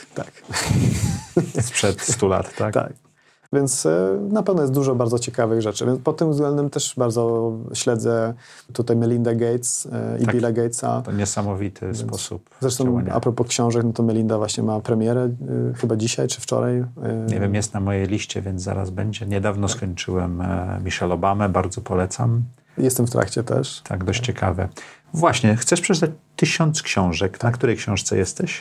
Sprzed 100 lat, tak? Tak. Więc na pewno jest dużo bardzo ciekawych rzeczy. Więc pod tym względem też bardzo śledzę tutaj Melinda Gates i Billa Gatesa. To niesamowity sposób zresztą działania. A propos książek, no to Melinda właśnie ma premierę chyba dzisiaj czy wczoraj. Nie wiem, jest na mojej liście, więc zaraz będzie. Niedawno skończyłem Michelle Obamę, bardzo polecam. Jestem w trakcie też. Tak, dość ciekawe. Właśnie, chcesz przeczytać 1000 książek. Na której książce jesteś?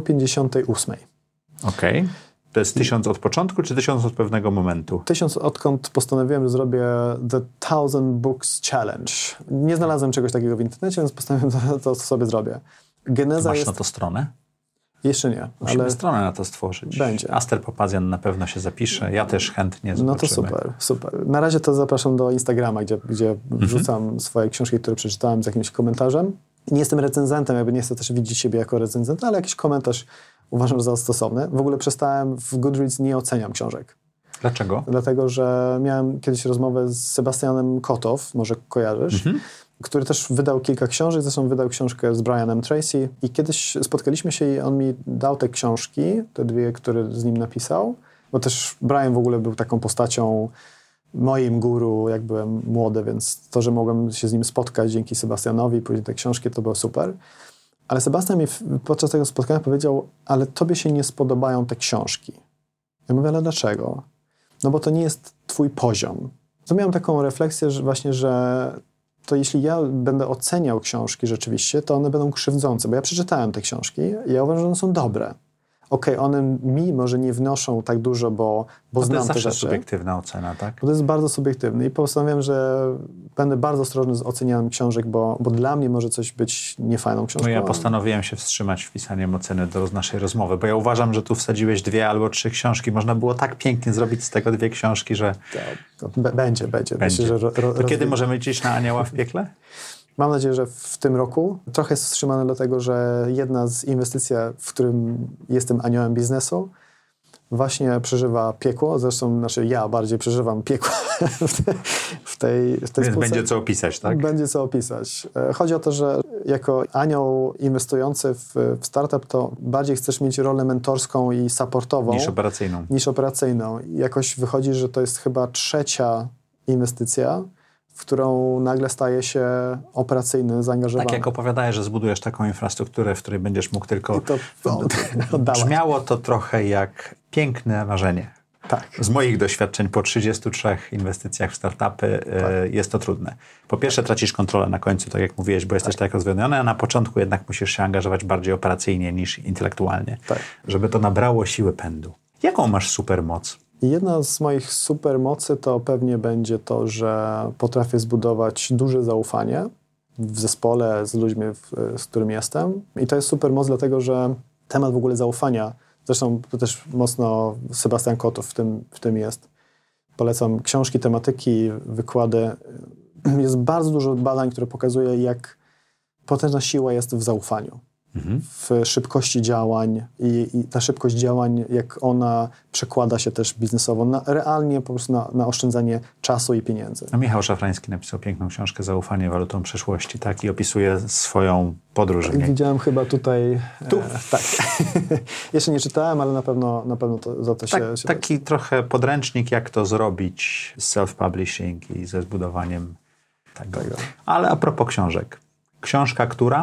158. Okej. To jest 1000 od początku, czy 1000 od pewnego momentu? 1000 odkąd postanowiłem, że zrobię The 1000 Books Challenge. Nie znalazłem czegoś takiego w internecie, więc postanowiłem, to sobie zrobię. Geneza Masz na to stronę? Jeszcze nie. Musimy stronę na to stworzyć. Będzie. Aster Popazjan na pewno się zapisze. Ja też chętnie zobaczymy. No to super. Na razie to zapraszam do Instagrama, gdzie wrzucam swoje książki, które przeczytałem z jakimś komentarzem. Nie jestem recenzentem, jakby nie chcę też widzieć siebie jako recenzenta, ale jakiś komentarz uważam za stosowny. W ogóle przestałem w Goodreads nie oceniam książek. Dlaczego? Dlatego, że miałem kiedyś rozmowę z Sebastianem Kotow, może kojarzysz, który też wydał kilka książek, zresztą wydał książkę z Brianem Tracy i kiedyś spotkaliśmy się i on mi dał te książki, te dwie, które z nim napisał, bo też Brian w ogóle był taką postacią moim guru, jak byłem młody, więc to, że mogłem się z nim spotkać dzięki Sebastianowi i później te książki, to było super. Ale Sebastian mi podczas tego spotkania powiedział, ale tobie się nie spodobają te książki. Ja mówię, ale dlaczego? No bo to nie jest twój poziom. To miałem taką refleksję, że właśnie, że to jeśli ja będę oceniał książki rzeczywiście, to one będą krzywdzące, bo ja przeczytałem te książki i ja uważam, że one są dobre. Okej, one mi może nie wnoszą tak dużo, bo znam te rzeczy. To jest zawsze subiektywna ocena, tak? Bo to jest bardzo subiektywne i postanowiłem, że będę bardzo ostrożny z ocenianiem książek, bo dla mnie może coś być niefajną książką. No ja postanowiłem się wstrzymać wpisaniem oceny do naszej rozmowy, bo ja uważam, że tu wsadziłeś 2 albo 3 książki. Można było tak pięknie zrobić z tego 2 książki, że... Będzie. Myślę, że to kiedy możemy liczyć na Anioła w piekle? Mam nadzieję, że w tym roku. Trochę jest wstrzymane dlatego, że jedna z inwestycji, w którym jestem aniołem biznesu, właśnie przeżywa piekło, zresztą ja bardziej przeżywam piekło w tej Więc spółce. będzie co opisać, tak? Będzie co opisać. Chodzi o to, że jako anioł inwestujący w startup, to bardziej chcesz mieć rolę mentorską i supportową niż operacyjną. Jakoś wychodzi, że to jest chyba 3. inwestycja, w którą nagle staje się operacyjny, zaangażowany. Tak jak opowiadałeś, że zbudujesz taką infrastrukturę, w której będziesz mógł tylko... Oddawać. Brzmiało to trochę jak piękne marzenie. Tak. Z moich doświadczeń po 33 inwestycjach w startupy jest to trudne. Po pierwsze tracisz kontrolę na końcu, tak jak mówiłeś, bo jesteś tak rozwiązany, a na początku jednak musisz się angażować bardziej operacyjnie niż intelektualnie, żeby to nabrało siły pędu. Jaką masz supermoc? Jedna z moich supermocy to pewnie będzie to, że potrafię zbudować duże zaufanie w zespole z ludźmi, z którymi jestem. I to jest supermoc, dlatego że temat w ogóle zaufania, zresztą to też mocno Sebastian Kotów w tym jest. Polecam książki, tematyki, wykłady. Jest bardzo dużo badań, które pokazuje, jak potężna siła jest w zaufaniu. W szybkości działań i ta szybkość działań, jak ona przekłada się też biznesowo, realnie po prostu na oszczędzanie czasu i pieniędzy. A Michał Szafrański napisał piękną książkę Zaufanie walutą przyszłości, tak? I opisuje swoją podróż. Widziałem chyba tutaj... Tu? Tak. Jeszcze nie czytałem, ale na pewno za to się... Taki trochę podręcznik, jak to zrobić z self-publishing i ze zbudowaniem tego. Ale a propos książek. Książka,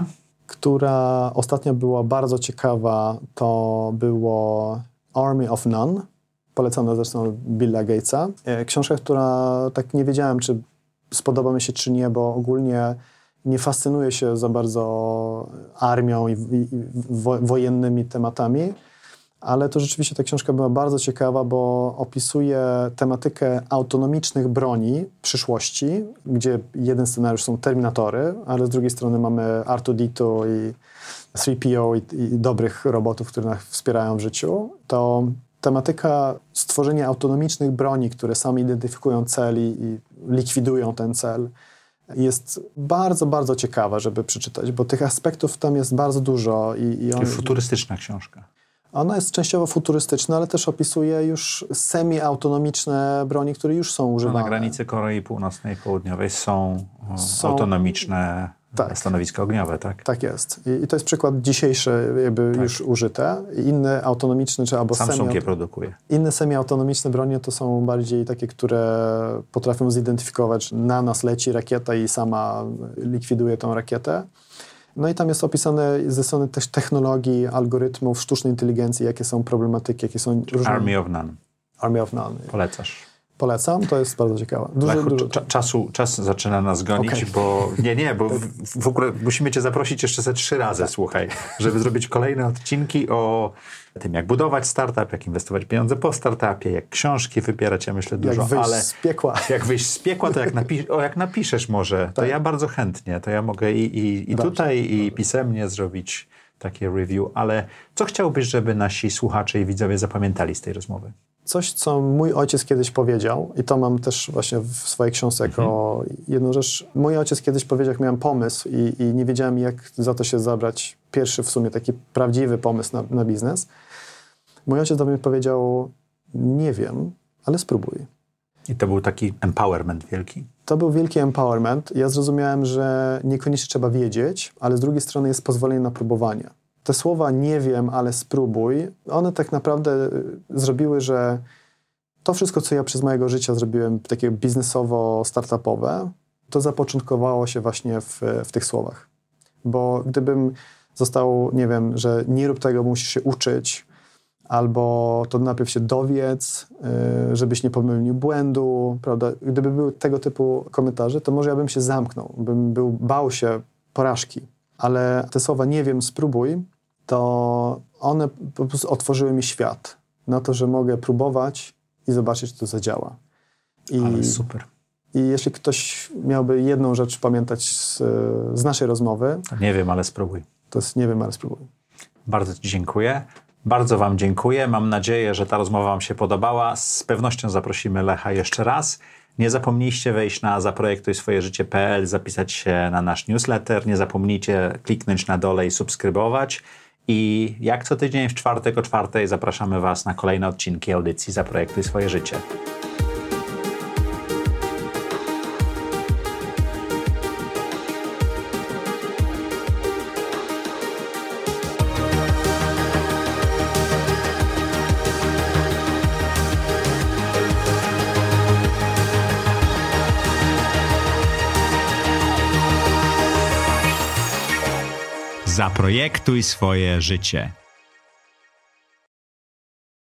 która ostatnio była bardzo ciekawa, to było Army of None, polecana zresztą Billa Gatesa. Książka, która tak nie wiedziałem, czy spodoba mi się, czy nie, bo ogólnie nie fascynuję się za bardzo armią i wojennymi tematami, ale to rzeczywiście ta książka była bardzo ciekawa, bo opisuje tematykę autonomicznych broni przyszłości, gdzie jeden scenariusz są Terminatory, ale z drugiej strony mamy R2-D2 i 3PO i dobrych robotów, które nas wspierają w życiu. To tematyka stworzenia autonomicznych broni, które same identyfikują cel i likwidują ten cel, jest bardzo, bardzo ciekawa, żeby przeczytać, bo tych aspektów tam jest bardzo dużo. Futurystyczna książka. Ona jest częściowo futurystyczna, ale też opisuje już semi-autonomiczne broni, które już są używane. Na granicy Korei Północnej i Południowej są autonomiczne stanowiska ogniowe, tak? Tak jest. I to jest przykład dzisiejszy, już użyte. Inne autonomiczne, albo Samsung je produkuje. Inne semi-autonomiczne bronie to są bardziej takie, które potrafią zidentyfikować, na nas leci rakieta i sama likwiduje tą rakietę. No i tam jest opisane ze strony też technologii, algorytmów, sztucznej inteligencji, jakie są problematyki, jakie są różne... Army of None. Army of None. Polecasz. Polecam, to jest bardzo ciekawe. Czas zaczyna nas gonić, bo w ogóle musimy cię zaprosić jeszcze ze 3 razy, słuchaj, żeby zrobić kolejne odcinki o tym, jak budować startup, jak inwestować pieniądze po startupie, jak książki wybierać, ja myślę dużo, jak wyjść z piekła. Jak wyjść z piekła, to jak napiszesz może, to ja bardzo chętnie, to ja mogę i tutaj, i pisemnie zrobić takie review, ale co chciałbyś, żeby nasi słuchacze i widzowie zapamiętali z tej rozmowy? Coś, co mój ojciec kiedyś powiedział, i to mam też właśnie w swojej książce jako jedną rzecz. Mój ojciec kiedyś powiedział, jak miałem pomysł i nie wiedziałem, jak za to się zabrać. Pierwszy w sumie taki prawdziwy pomysł na biznes. Mój ojciec do mnie powiedział, nie wiem, ale spróbuj. I to był taki empowerment wielki? To był wielki empowerment. Ja zrozumiałem, że niekoniecznie trzeba wiedzieć, ale z drugiej strony jest pozwolenie na próbowanie. Te słowa nie wiem, ale spróbuj, one tak naprawdę zrobiły, że to wszystko, co ja przez mojego życia zrobiłem takie biznesowo-startupowe, to zapoczątkowało się właśnie w tych słowach. Bo gdybym został, nie wiem, że nie rób tego, musisz się uczyć, albo to najpierw się dowiedz, żebyś nie pomylił błędu, prawda? Gdyby były tego typu komentarze, to może ja bym się zamknął, bał się porażki. Ale te słowa nie wiem, spróbuj, to one po prostu otworzyły mi świat na to, że mogę próbować i zobaczyć, czy to zadziała. Ale super. I jeśli ktoś miałby jedną rzecz pamiętać z naszej rozmowy... To nie wiem, ale spróbuj. To jest nie wiem, ale spróbuj. Bardzo ci dziękuję. Bardzo wam dziękuję. Mam nadzieję, że ta rozmowa wam się podobała. Z pewnością zaprosimy Lecha jeszcze raz. Nie zapomnijcie wejść na zaprojektujswojeżycie.pl, zapisać się na nasz newsletter. Nie zapomnijcie kliknąć na dole i subskrybować. I jak co tydzień w czwartek o 4:00 zapraszamy Was na kolejne odcinki audycji Zaprojektuj swoje życie. Zaprojektuj swoje życie.